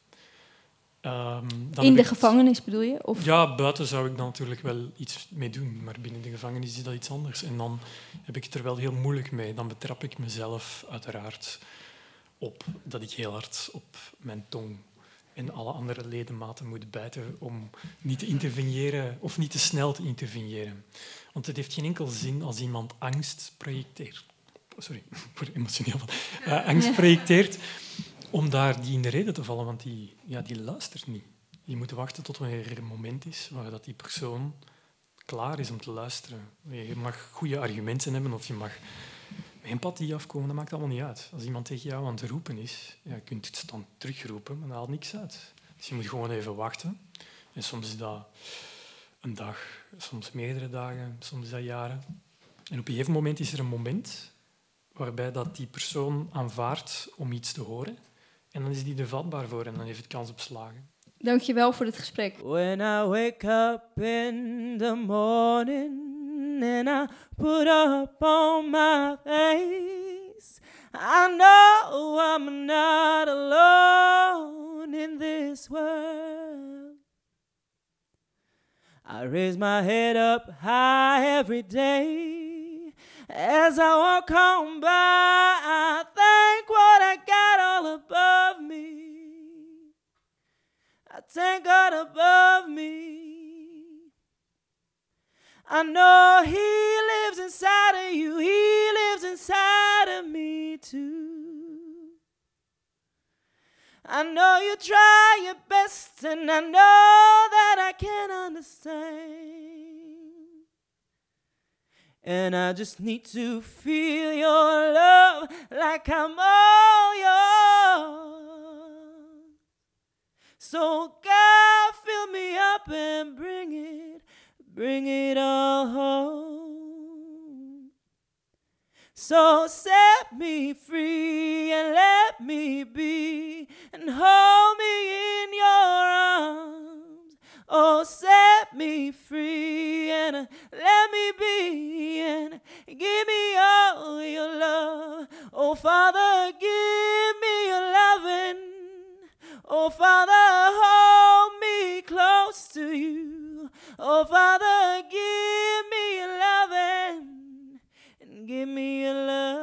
in de gevangenis bedoel je? Of? Ja, buiten zou ik dan natuurlijk wel iets mee doen, maar binnen de gevangenis is dat iets anders. En dan heb ik het er wel heel moeilijk mee. Dan betrap ik mezelf uiteraard op dat ik heel hard op mijn tong en alle andere ledematen moet bijten om niet te interveneren of niet te snel te interveneren. Want het heeft geen enkel zin als iemand angst projecteert. Sorry, ik word emotioneel van. Angst projecteert om daar die in de reden te vallen, want die luistert niet. Je moet wachten tot wanneer er een moment is waar dat die persoon klaar is om te luisteren. Je mag goede argumenten hebben of je mag met empathie afkomen, dat maakt allemaal niet uit. Als iemand tegen jou aan het roepen is, je kunt het dan terugroepen, maar dat haalt niks uit. Dus je moet gewoon even wachten. En soms is dat een dag, soms meerdere dagen, soms is dat jaren. En op een gegeven moment is er een moment waarbij dat die persoon aanvaardt om iets te horen. En dan is die er vatbaar voor en dan heeft het kans op slagen. Dank je wel voor dit gesprek. When I wake up in the morning and I put up on my face, I know I'm not alone in this world. I raise my head up high every day. As I walk home by, I thank what I got all above me. I thank God above me. I know He lives inside of you. He lives inside of me too. I know you try your best, and I know that I can understand. And I just need to feel your love like I'm all yours. So God, fill me up and bring it all home. So set me free and let me be and hold me in your arms. Oh, set me free and let me be and give me all your love. Oh, Father, give me your loving. Oh, Father, hold me close to you. Oh, Father, give me your loving and give me your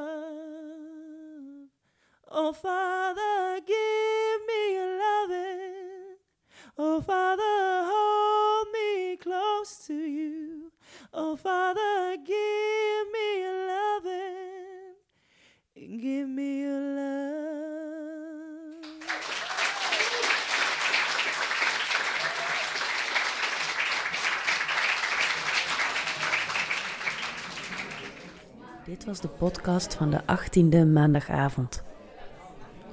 love. Oh, Father, give me your loving. Oh, Father, hold me close to you. Oh, Father, give me your loving and give me your love. Dit was de podcast van de 18e maandagavond.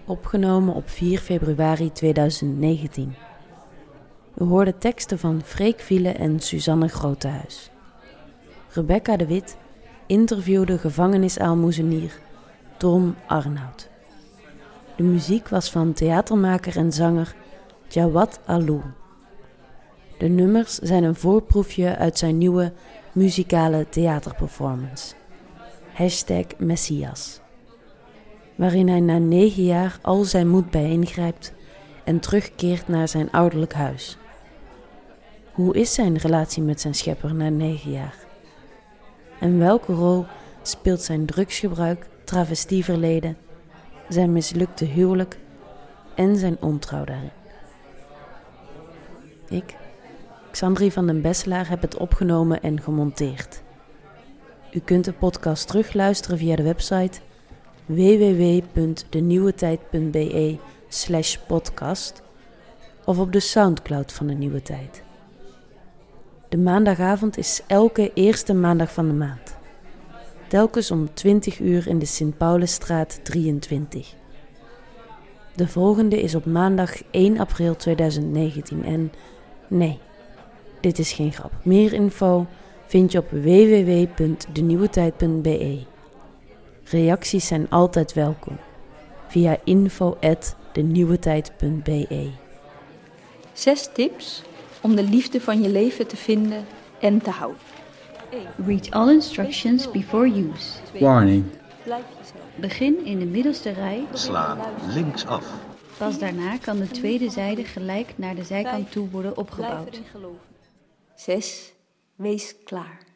opgenomen op 4 februari 2019. We hoorden teksten van Freek Viele en Suzanne Grotehuis. Rebecca de Wit interviewde gevangenisaalmoezenier Tom Arnoud. De muziek was van theatermaker en zanger Jawad Alou. De nummers zijn een voorproefje uit zijn nieuwe muzikale theaterperformance, #Messias, waarin hij na 9 jaar al zijn moed bijeengrijpt en terugkeert naar zijn ouderlijk huis. Hoe is zijn relatie met zijn schepper na 9 jaar? En welke rol speelt zijn drugsgebruik, travestieverleden, zijn mislukte huwelijk en zijn ontrouw daarin? Ik, Xandri van den Besselaar, heb het opgenomen en gemonteerd. U kunt de podcast terugluisteren via de website www.denieuwetijd.be/podcast of op de Soundcloud van De Nieuwe Tijd. De maandagavond is elke eerste maandag van de maand. Telkens om 20 uur in de Sint-Paulusstraat 23. De volgende is op maandag 1 april 2019 en nee, dit is geen grap. Meer info vind je op www.denieuwetijd.be. Reacties zijn altijd welkom via info@denieuwetijd.be. 6 tips om de liefde van je leven te vinden en te houden. Read all instructions before use. Warning. Begin in de middelste rij. Sla linksaf. Pas daarna kan de tweede zijde gelijk naar de zijkant toe worden opgebouwd. 6. Wees klaar.